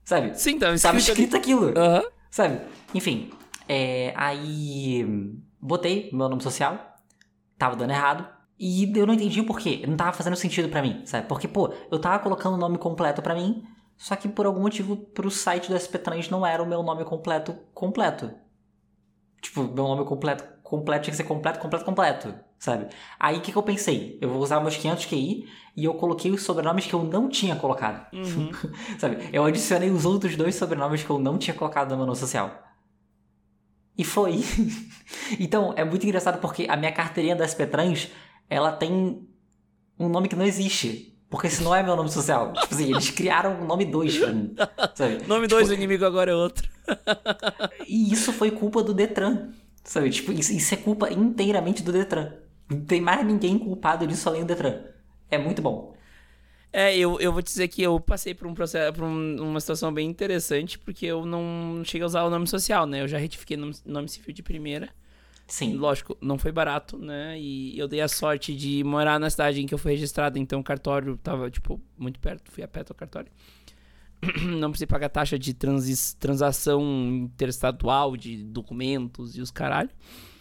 sabe? Sim, tava Tava escrito escrito aquilo, Aham. sabe? Enfim, aí botei meu nome social, tava dando errado, e eu não entendi o porquê, não tava fazendo sentido pra mim, sabe? Porque, pô, eu tava colocando o nome completo pra mim, só que por algum motivo pro site do SP Trans não era o meu nome completo. Tipo, meu nome completo tinha que ser completo, sabe? Aí o que eu pensei? Eu vou usar meus 500 QI e eu coloquei os sobrenomes que eu não tinha colocado. Sabe? Eu adicionei os outros 2 sobrenomes que eu não tinha colocado no meu nome social. E foi. Então, é muito engraçado porque a minha carteirinha da SP Trans, ela tem um nome que não existe. Porque esse não é meu nome social. Tipo assim, eles criaram o nome 2 pra mim. Sabe? Nome 2, o inimigo agora é outro. E isso foi culpa do Detran. Sabe? Tipo, isso é culpa inteiramente do Detran. Não tem mais ninguém culpado disso além do Detran. É muito bom. Eu vou te dizer que eu passei por um processo, uma situação bem interessante, porque eu não cheguei a usar o nome social, né? Eu já retifiquei nome civil de primeira. Sim. Lógico, não foi barato, né? E eu dei a sorte de morar na cidade em que eu fui registrado, então o cartório tava, tipo, muito perto, fui a pé até o cartório. Não precisei pagar taxa de transação interestadual, de documentos e os caralho.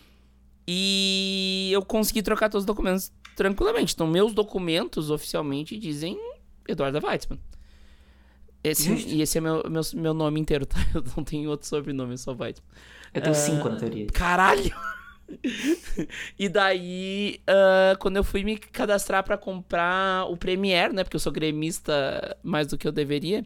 E eu consegui trocar todos os documentos tranquilamente. Então, meus documentos oficialmente dizem Eduarda Weitzman. E esse é meu nome inteiro, tá? Eu não tenho outro sobrenome, é só Weitzman. Eu tenho 5 na teoria. Caralho! E daí, quando eu fui me cadastrar pra comprar o Premiere, né? Porque eu sou gremista mais do que eu deveria.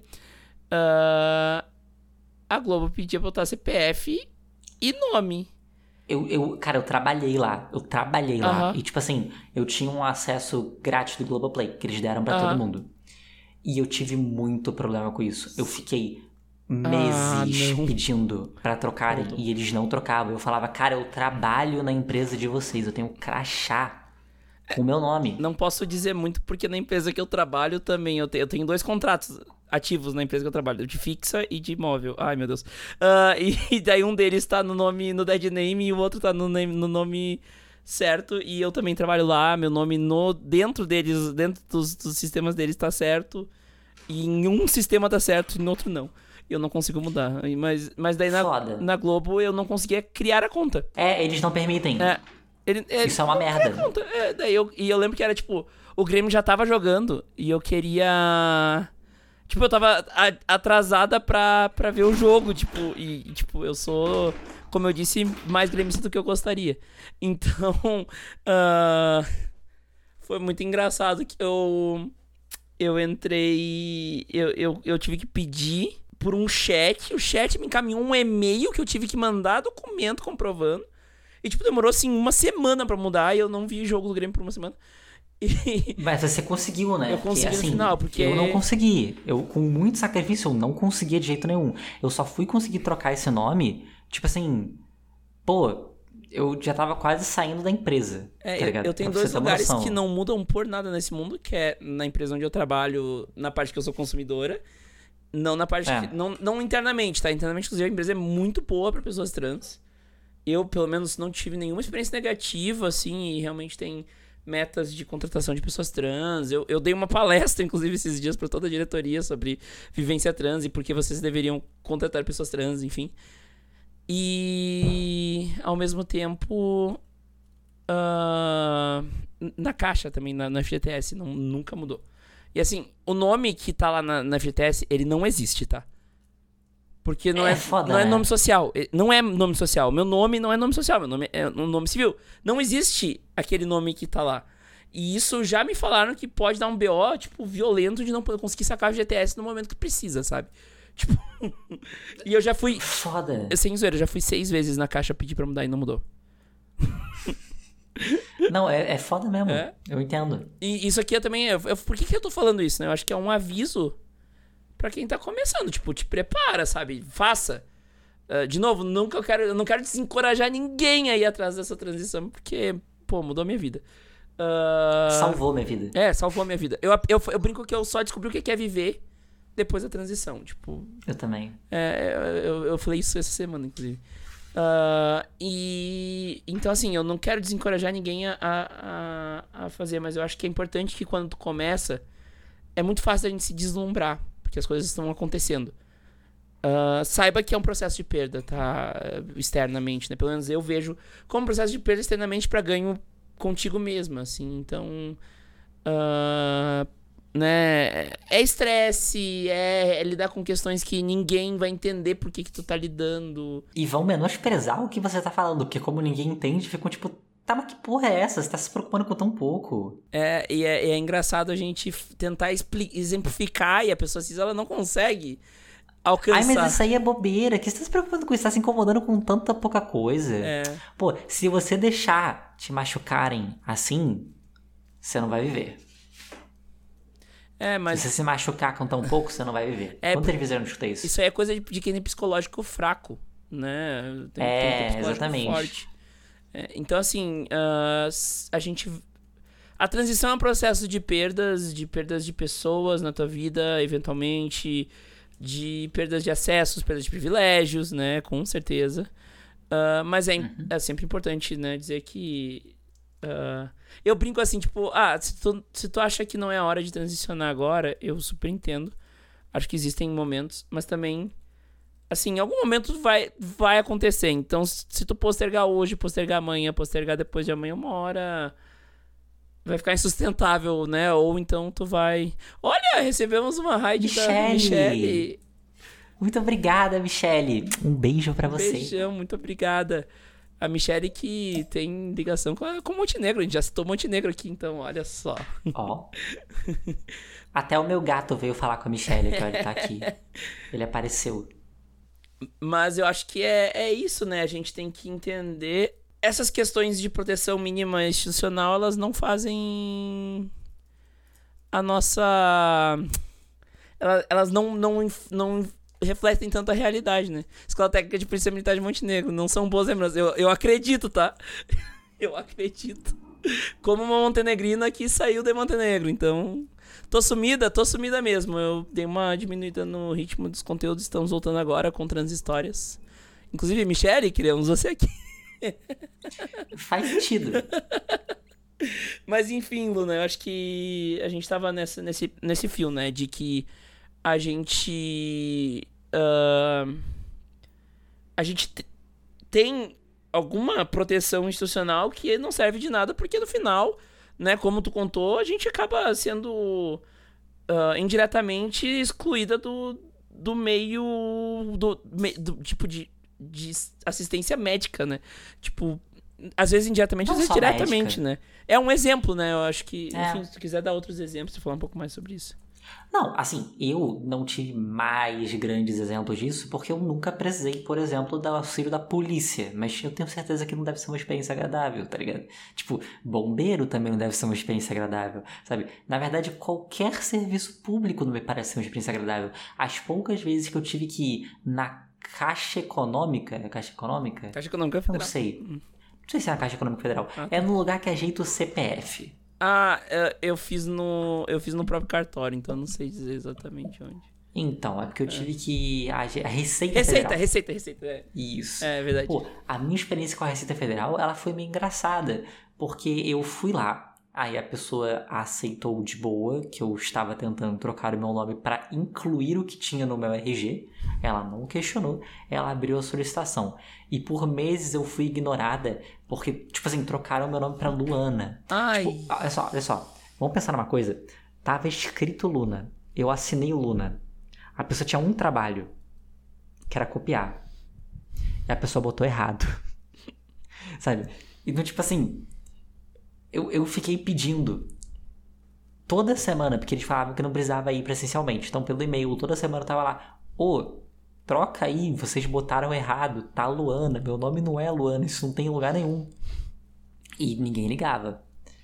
A Globo pedia pra eu botar CPF e nome. Cara, eu trabalhei lá. E, tipo assim, eu tinha um acesso grátis do Globoplay, que eles deram pra todo mundo. E eu tive muito problema com isso. Eu fiquei meses pedindo pra trocarem e eles não trocavam. Eu falava, cara, eu trabalho na empresa de vocês, eu tenho crachá com o meu nome. Não posso dizer muito porque na empresa que eu trabalho também, eu tenho 2 contratos ativos na empresa que eu trabalho, de fixa e de imóvel. Ai, meu Deus. E daí um deles tá no nome, no dead name, e o outro tá no nome certo, e eu também trabalho lá, meu nome dentro deles, dentro dos sistemas deles tá certo, e em um sistema tá certo e no outro não. Eu não consigo mudar. Mas daí na Globo eu não conseguia criar a conta. Eles não permitem. Isso é uma não merda. Conta. E eu lembro que era tipo, o Grêmio já tava jogando e eu queria... Tipo, eu tava atrasada pra ver o jogo, tipo, tipo, eu sou, como eu disse, mais gremista do que eu gostaria. Então, foi muito engraçado que eu entrei, eu tive que pedir por um chat, o chat me encaminhou um e-mail que eu tive que mandar documento comprovando, e tipo, demorou assim uma semana pra mudar, e eu não vi jogo do Grêmio por uma semana. Mas você conseguiu, né? Eu consegui no final, porque... Eu não consegui. Com muito sacrifício, eu não conseguia de jeito nenhum. Eu só fui conseguir trocar esse nome, tipo assim... Pô, eu já tava quase saindo da empresa, tá ligado? Eu tenho 2 lugares que não mudam por nada nesse mundo, que é na empresa onde eu trabalho, na parte que eu sou consumidora, não na parte... Não internamente, tá? Internamente, inclusive, a empresa é muito boa pra pessoas trans. Eu, pelo menos, não tive nenhuma experiência negativa, assim, e realmente tem... metas de contratação de pessoas trans. Eu dei uma palestra, inclusive, esses dias para toda a diretoria sobre vivência trans e por que vocês deveriam contratar pessoas trans, enfim. E, ao mesmo tempo, na Caixa também, na FGTS, nunca mudou. E assim, o nome que tá lá na FGTS, ele não existe, tá? Porque não foda, não é né? nome social. Não é nome social. Meu nome não é nome social. Meu nome é um nome civil. Não existe aquele nome que tá lá. E isso já me falaram que pode dar um BO, tipo, violento de não conseguir sacar o FGTS no momento que precisa, sabe? Tipo... E eu já fui... Foda. Sem zoeira, eu já fui 6 vezes na Caixa pedir pra mudar e não mudou. Não, é foda mesmo. Eu entendo. E isso aqui é também... Por que eu tô falando isso, né? Eu acho que é um aviso... pra quem tá começando, tipo, te prepara, sabe? Faça. De novo, eu não quero desencorajar ninguém aí atrás dessa transição, porque, pô, mudou a minha vida. Salvou minha vida. Salvou a minha vida. Eu brinco que eu só descobri o que é viver depois da transição, tipo... Eu também. Eu falei isso essa semana, inclusive. Então, assim, eu não quero desencorajar ninguém a fazer, mas eu acho que é importante que quando tu começa, é muito fácil a gente se deslumbrar, porque as coisas estão acontecendo. saiba que é um processo de perda, tá? Externamente, né? Pelo menos eu vejo como um processo de perda externamente pra ganho contigo mesma, assim. Então, né? É estresse, é lidar com questões que ninguém vai entender por que tu tá lidando. E vão menosprezar o que você tá falando, porque como ninguém entende, ficam tipo, tá, mas que porra é essa? Você tá se preocupando com tão pouco. E é engraçado a gente tentar exemplificar e a pessoa assim, ela não consegue alcançar. Ai, mas isso aí é bobeira. Que você tá se preocupando com isso? Tá se incomodando com tanta pouca coisa. Pô, se você deixar te machucarem assim, você não vai viver. Mas... Se você se machucar com tão pouco, você não vai viver. Quantas vezes eu não escutei isso? Isso aí é coisa de quem tem psicológico fraco, né? Tem psicológico exatamente. forte. Então, assim, a transição é um processo de perdas de pessoas na tua vida, eventualmente, de perdas de acessos, perdas de privilégios, né? Com certeza. Mas é sempre importante, né? Dizer que... eu brinco assim, tipo... se tu acha que não é a hora de transicionar agora, eu super entendo. Acho que existem momentos, mas também... Assim, em algum momento vai acontecer. Então, se tu postergar hoje, postergar amanhã, postergar depois de amanhã, uma hora vai ficar insustentável, né? Ou então tu vai... Olha, recebemos uma raid da Michelle. Muito obrigada, Michelle. Um beijo pra você. Beijão, muito obrigada. A Michelle que tem ligação com Montenegro. A gente já citou Montenegro aqui, então olha só. Ó. Até o meu gato veio falar com a Michelle, que ele tá aqui. Ele apareceu. Mas eu acho que é isso, né? A gente tem que entender... Essas questões de proteção mínima institucional, elas não fazem a nossa... Elas não refletem tanto a realidade, né? Escola Técnica de Polícia Militar de Montenegro não são boas lembranças. Eu acredito, tá? Eu acredito. Como uma montenegrina que saiu de Montenegro. Então, tô sumida mesmo. Eu dei uma diminuída no ritmo dos conteúdos. Estamos voltando agora com Transhistórias. Inclusive, Michelle, queremos você aqui. Faz sentido. Mas enfim, Luna, eu acho que a gente tava nesse fio, né? De que a gente tem alguma proteção institucional que não serve de nada, porque no final, né, como tu contou, a gente acaba sendo indiretamente excluída do meio do tipo de assistência médica, né? Tipo, às vezes indiretamente, às vezes diretamente, médica, né? É um exemplo, né? Eu acho que, enfim, se tu quiser dar outros exemplos, falar um pouco mais sobre isso. Não, assim, eu não tive mais grandes exemplos disso porque eu nunca precisei, por exemplo, do auxílio da polícia. Mas eu tenho certeza que não deve ser uma experiência agradável, tá ligado? Tipo, bombeiro também não deve ser uma experiência agradável, sabe? Na verdade, qualquer serviço público não me parece ser uma experiência agradável. As poucas vezes que eu tive que ir na Caixa Econômica... É Caixa Econômica? Caixa Econômica Federal. Não sei. Não sei se é a Caixa Econômica Federal. Tá. É no lugar que ajeita o CPF. Eu fiz no próprio cartório, então não sei dizer exatamente onde. Então, é porque eu tive que... A Receita Federal. Receita. Isso. É verdade. Pô, a minha experiência com a Receita Federal, ela foi meio engraçada. Porque eu fui lá, aí a pessoa aceitou de boa que eu estava tentando trocar o meu nome para incluir o que tinha no meu RG. Ela não questionou, ela abriu a solicitação. E por meses eu fui ignorada, porque, tipo assim, trocaram meu nome pra Luana. Ai. Tipo, olha só. Vamos pensar numa coisa. Tava escrito Luna. Eu assinei Luna. A pessoa tinha um trabalho, que era copiar. E a pessoa botou errado. Sabe? Então, tipo assim, eu fiquei pedindo toda semana, porque eles falavam que não precisava ir presencialmente. Então, pelo e-mail, toda semana eu tava lá. Troca aí, vocês botaram errado, tá Luana, meu nome não é Luana, isso não tem lugar nenhum. E ninguém ligava.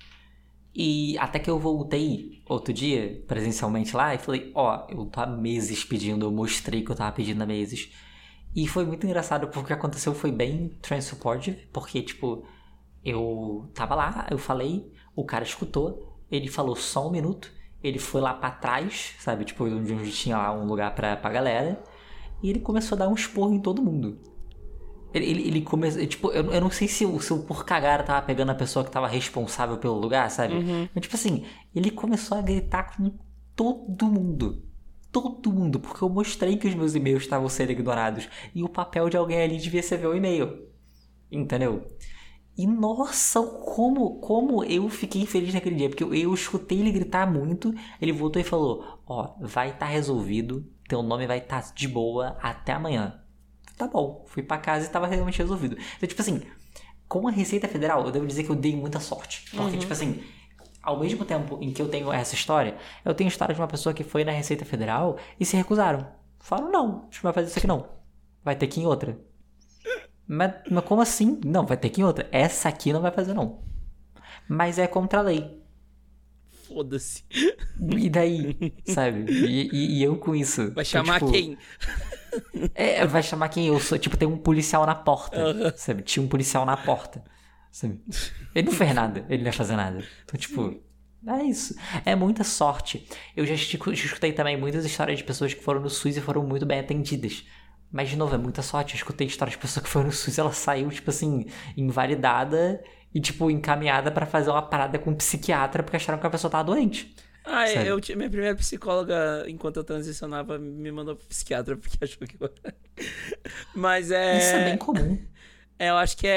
E até que eu voltei outro dia, presencialmente lá, e falei, eu tô há meses pedindo, eu mostrei que eu tava pedindo há meses. E foi muito engraçado, porque o que aconteceu foi bem transport, porque, tipo, eu tava lá, eu falei, o cara escutou, ele falou só um minuto, ele foi lá pra trás, sabe, tipo, onde tinha lá um lugar pra galera, e ele começou a dar um esporro em todo mundo. Ele começou, tipo, eu não sei se o por cagar tava pegando a pessoa que tava responsável pelo lugar, sabe? Uhum. Mas, tipo assim, ele começou a gritar com todo mundo. todo mundo, porque eu mostrei que os meus e-mails estavam sendo ignorados. E o papel de alguém ali devia ser ver o e-mail. Entendeu? E nossa, como eu fiquei feliz naquele dia. Porque eu escutei ele gritar muito. Ele voltou e falou: ó, vai estar resolvido. Teu nome vai estar de boa até amanhã. Tá bom, fui pra casa e tava realmente resolvido. Então, tipo assim, com a Receita Federal, eu devo dizer que eu dei muita sorte. Porque, tipo assim, ao mesmo tempo em que eu tenho essa história, eu tenho a história de uma pessoa que foi na Receita Federal e se recusaram. Falaram: não, a gente não vai fazer isso aqui não. Vai ter que ir em outra. Mas como assim? Não, vai ter que ir em outra. Essa aqui não vai fazer não. Mas é contra a lei. Foda-se. E daí, sabe? E eu com isso. Vai chamar então, tipo, quem? Vai chamar quem eu sou. Tipo, tem um policial na porta, sabe? Tinha um policial na porta, sabe? Ele não fez nada. Ele não ia fazer nada. Então, tipo, é isso. É muita sorte. Eu já escutei também muitas histórias de pessoas que foram no SUS e foram muito bem atendidas. Mas, de novo, é muita sorte. Eu escutei histórias de pessoas que foram no SUS e ela saiu, tipo assim, invalidada e, tipo, encaminhada pra fazer uma parada com um psiquiatra porque acharam que a pessoa tava doente. Minha primeira psicóloga, enquanto eu transicionava, me mandou pro psiquiatra porque achou que eu... Mas Isso é bem comum. Eu acho que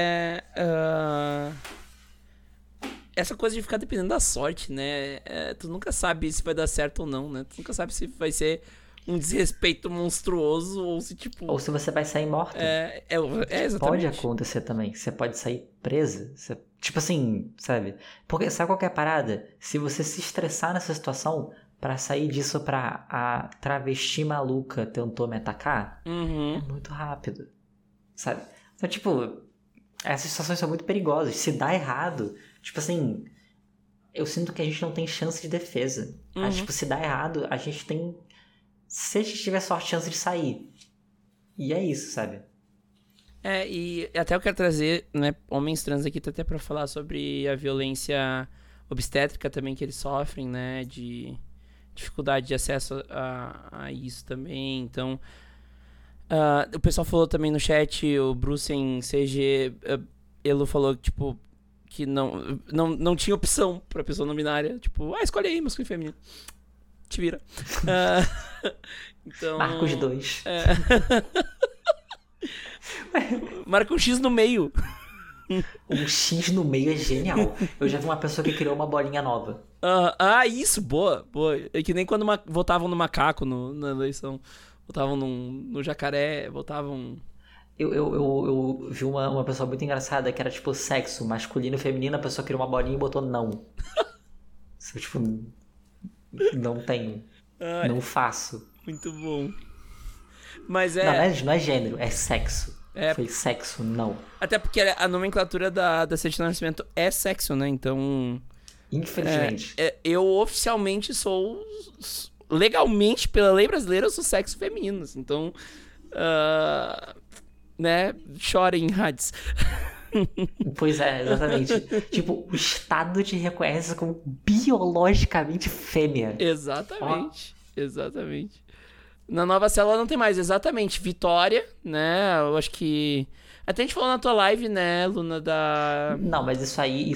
essa coisa de ficar dependendo da sorte, né? Tu nunca sabe se vai dar certo ou não, né? Tu nunca sabe se vai ser um desrespeito monstruoso ou se, tipo... Ou se você vai sair morta. Exatamente. Pode acontecer também. Você pode sair presa. Tipo assim, sabe? Porque sabe qual que é a parada? Se você se estressar nessa situação, pra sair disso pra a travesti maluca tentou me atacar, é muito rápido. Sabe? Então, tipo, essas situações são muito perigosas. Se dá errado, tipo assim, eu sinto que a gente não tem chance de defesa. Tipo, se dá errado, a gente tem... Se a gente tiver sorte, chance de sair. E é isso, sabe? E até eu quero trazer, né, homens trans aqui até pra falar sobre a violência obstétrica também que eles sofrem, né, de dificuldade de acesso a isso também. Então, o pessoal falou também no chat, o Bruce em CG, ele falou, tipo, que não tinha opção pra pessoa não binária. Tipo, escolhe aí, masculino e feminino. Te vira. Então, Marcos 2. Marca um X no meio. Um X no meio é genial. Eu já vi uma pessoa que criou uma bolinha nova. Isso, boa. É que nem quando votavam no macaco na eleição. Votavam no jacaré, votavam... Eu vi uma pessoa muito engraçada que era tipo sexo masculino e feminino, a pessoa criou uma bolinha e botou não. Tipo, não tenho. Não faço. Muito bom. Mas não é gênero, é sexo. Foi sexo, não. Até porque a nomenclatura da certidão de nascimento é sexo, né? Então... Infelizmente. Eu oficialmente sou... Legalmente, pela lei brasileira, eu sou sexo feminino. Então... né? Chorem, Hades. Pois é, exatamente. Tipo, o Estado te reconhece como biologicamente fêmea. Exatamente. Na nova célula não tem mais, exatamente. Vitória, né? Eu acho que... Até a gente falou na tua live, né, Luna, da... Não, mas isso aí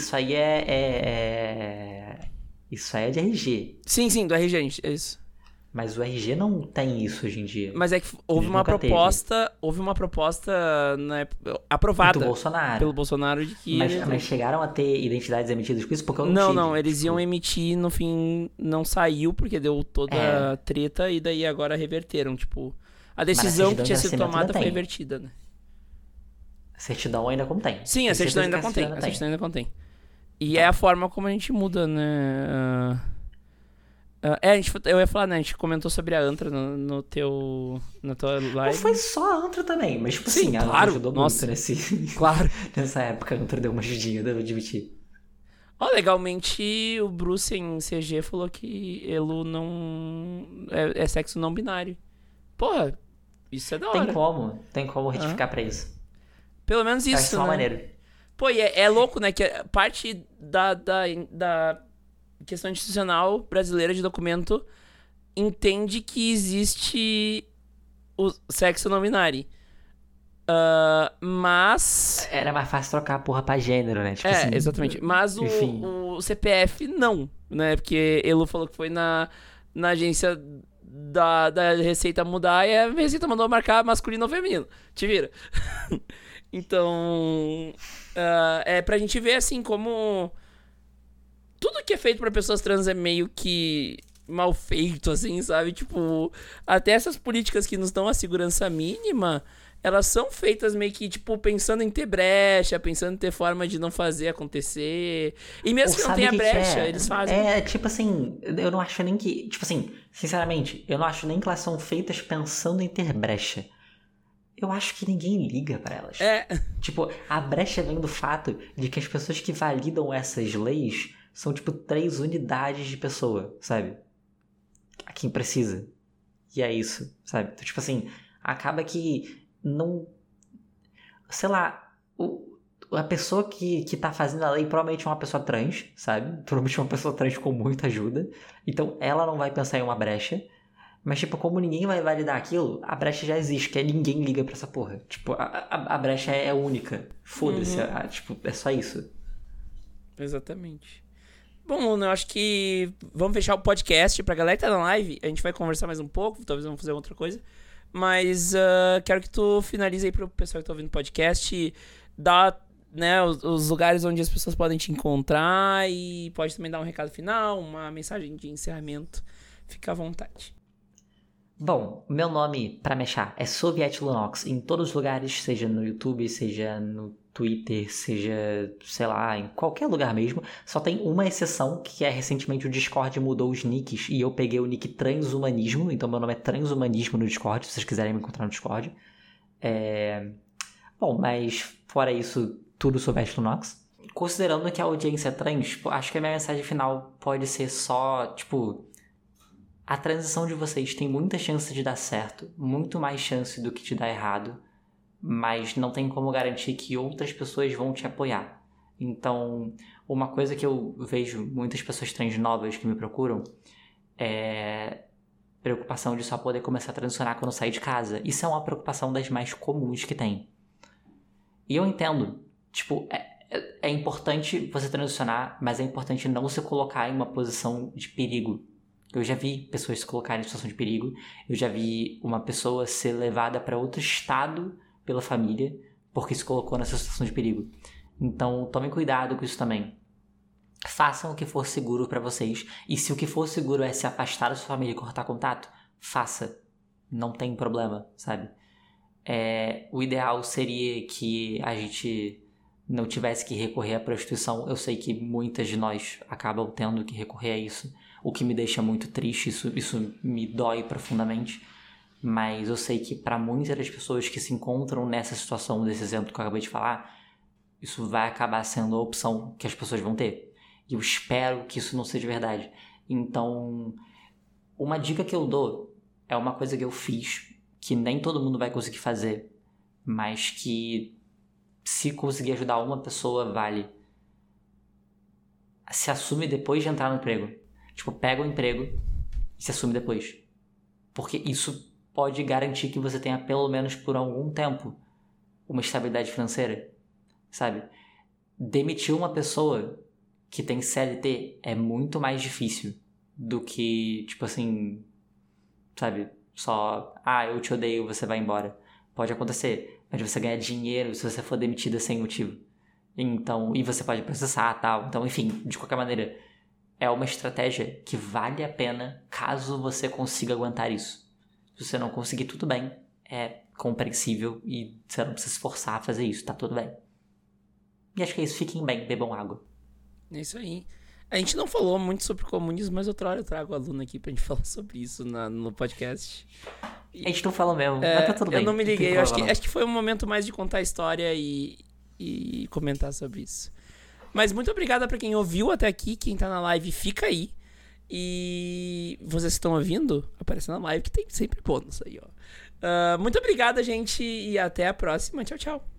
é... Isso aí é de RG. Sim, do RG, gente, é isso. Mas o RG não tem isso hoje em dia. Mas é que houve uma proposta, né, aprovada pelo Bolsonaro de que... Mas chegaram a ter identidades emitidas com isso? Porque eu não, eles iam emitir, no fim não saiu, porque deu toda a treta, e daí agora reverteram, tipo... A decisão que tinha sido tomada foi revertida, né? A certidão ainda contém. Sim, a certidão ainda contém. E é a forma como a gente muda, né? Eu ia falar, né? A gente comentou sobre a Antra na tua live. Não foi só a Antra também, mas tipo sim, assim, claro, a Antra ajudou muito Claro. Nessa época a Antra deu uma ajudinha, devo admitir. Legalmente o Bruce em CG falou que Elo não... É sexo não binário. Porra, isso é da hora. Tem como retificar pra isso. Pelo menos isso, só né? maneiro. Pô, e é louco, né? Que parte da questão institucional brasileira de documento entende que existe o sexo não binário. Mas... Era mais fácil trocar a porra pra gênero, né? Tipo assim, exatamente. Mas o CPF não, né? Porque Elo falou que foi na agência da receita mudar e a receita mandou marcar masculino ou feminino. Te vira. Então, é pra gente ver, assim, como tudo que é feito pra pessoas trans é meio que mal feito, assim, sabe? Tipo, até essas políticas que nos dão a segurança mínima, elas são feitas meio que, tipo, pensando em ter brecha, pensando em ter forma de não fazer acontecer. E mesmo que não tenha brecha, eles fazem. Tipo assim, eu não acho nem que... Tipo assim, sinceramente, eu não acho nem que elas são feitas pensando em ter brecha. Eu acho que ninguém liga pra elas. Tipo, a brecha vem do fato de que as pessoas que validam essas leis são, tipo, 3 unidades de pessoa, sabe? A quem precisa. E é isso, sabe? Então, tipo assim, acaba que não... Sei lá, a pessoa que tá fazendo a lei provavelmente é uma pessoa trans, sabe? Provavelmente é uma pessoa trans com muita ajuda. Então, ela não vai pensar em uma brecha. Mas, tipo, como ninguém vai validar aquilo, a brecha já existe, que ninguém liga pra essa porra. Tipo, a brecha é única. Foda-se, tipo, é só isso. Exatamente. Bom, Luna, eu acho que vamos fechar o podcast. Pra galera que tá na live, a gente vai conversar mais um pouco, talvez vamos fazer outra coisa. Mas quero que tu finalize aí pro pessoal que tá ouvindo o podcast, dá, né, os lugares onde as pessoas podem te encontrar e pode também dar um recado final, uma mensagem de encerramento. Fica à vontade. Bom, meu nome, pra me achar, é Soviet Lunox em todos os lugares, seja no YouTube, seja no Twitter, seja, sei lá, em qualquer lugar mesmo. Só tem uma exceção, que é recentemente o Discord mudou os nicks e eu peguei o nick Transhumanismo, então meu nome é Transhumanismo no Discord, se vocês quiserem me encontrar no Discord. Bom, mas fora isso, tudo Soviet Lunox. Considerando que a audiência é trans, acho que a minha mensagem final pode ser só, tipo... A transição de vocês tem muita chance de dar certo, muito mais chance do que de dar errado, mas não tem como garantir que outras pessoas vão te apoiar. Então, uma coisa que eu vejo muitas pessoas trans novas que me procuram é preocupação de só poder começar a transicionar quando sair de casa. Isso é uma preocupação das mais comuns que tem. E eu entendo, tipo, é importante você transicionar, mas é importante não se colocar em uma posição de perigo. Eu já vi pessoas se colocarem em situação de perigo. Eu já vi uma pessoa ser levada para outro estado pela família porque se colocou nessa situação de perigo. Então, tomem cuidado com isso também. Façam o que for seguro para vocês. E se o que for seguro é se afastar da sua família e cortar contato, faça. Não tem problema, sabe? O ideal seria que a gente não tivesse que recorrer à prostituição. Eu sei que muitas de nós acabam tendo que recorrer a isso. O que me deixa muito triste, isso me dói profundamente. Mas eu sei que para muitas das pessoas que se encontram nessa situação, desse exemplo que eu acabei de falar, isso vai acabar sendo a opção que as pessoas vão ter. E eu espero que isso não seja verdade. Então, uma dica que eu dou é uma coisa que eu fiz, que nem todo mundo vai conseguir fazer, mas que se conseguir ajudar uma pessoa, vale. Se assume depois de entrar no emprego. Tipo, pega o emprego e se assume depois. Porque isso pode garantir que você tenha, pelo menos por algum tempo, uma estabilidade financeira, sabe? Demitir uma pessoa que tem CLT é muito mais difícil do que, tipo assim, sabe? Só, eu te odeio, você vai embora. Pode acontecer, mas você ganha dinheiro se você for demitida sem motivo. Então, e você pode processar e tal. Então, enfim, de qualquer maneira... É uma estratégia que vale a pena caso você consiga aguentar isso. Se você não conseguir, tudo bem. É compreensível e você não precisa se forçar a fazer isso, tá tudo bem. E acho que é isso. Fiquem bem, bebam água. É isso aí. A gente não falou muito sobre comunismo, mas outra hora eu trago a Luna aqui pra gente falar sobre isso no podcast. A gente não falou mesmo, mas tá tudo bem. Eu não me liguei. Acho que foi um momento mais de contar a história e comentar sobre isso. Mas muito obrigado pra quem ouviu até aqui. Quem tá na live, fica aí. E vocês estão ouvindo, aparece na live que tem sempre bônus aí, ó. Muito obrigado, gente, e até a próxima. Tchau, tchau.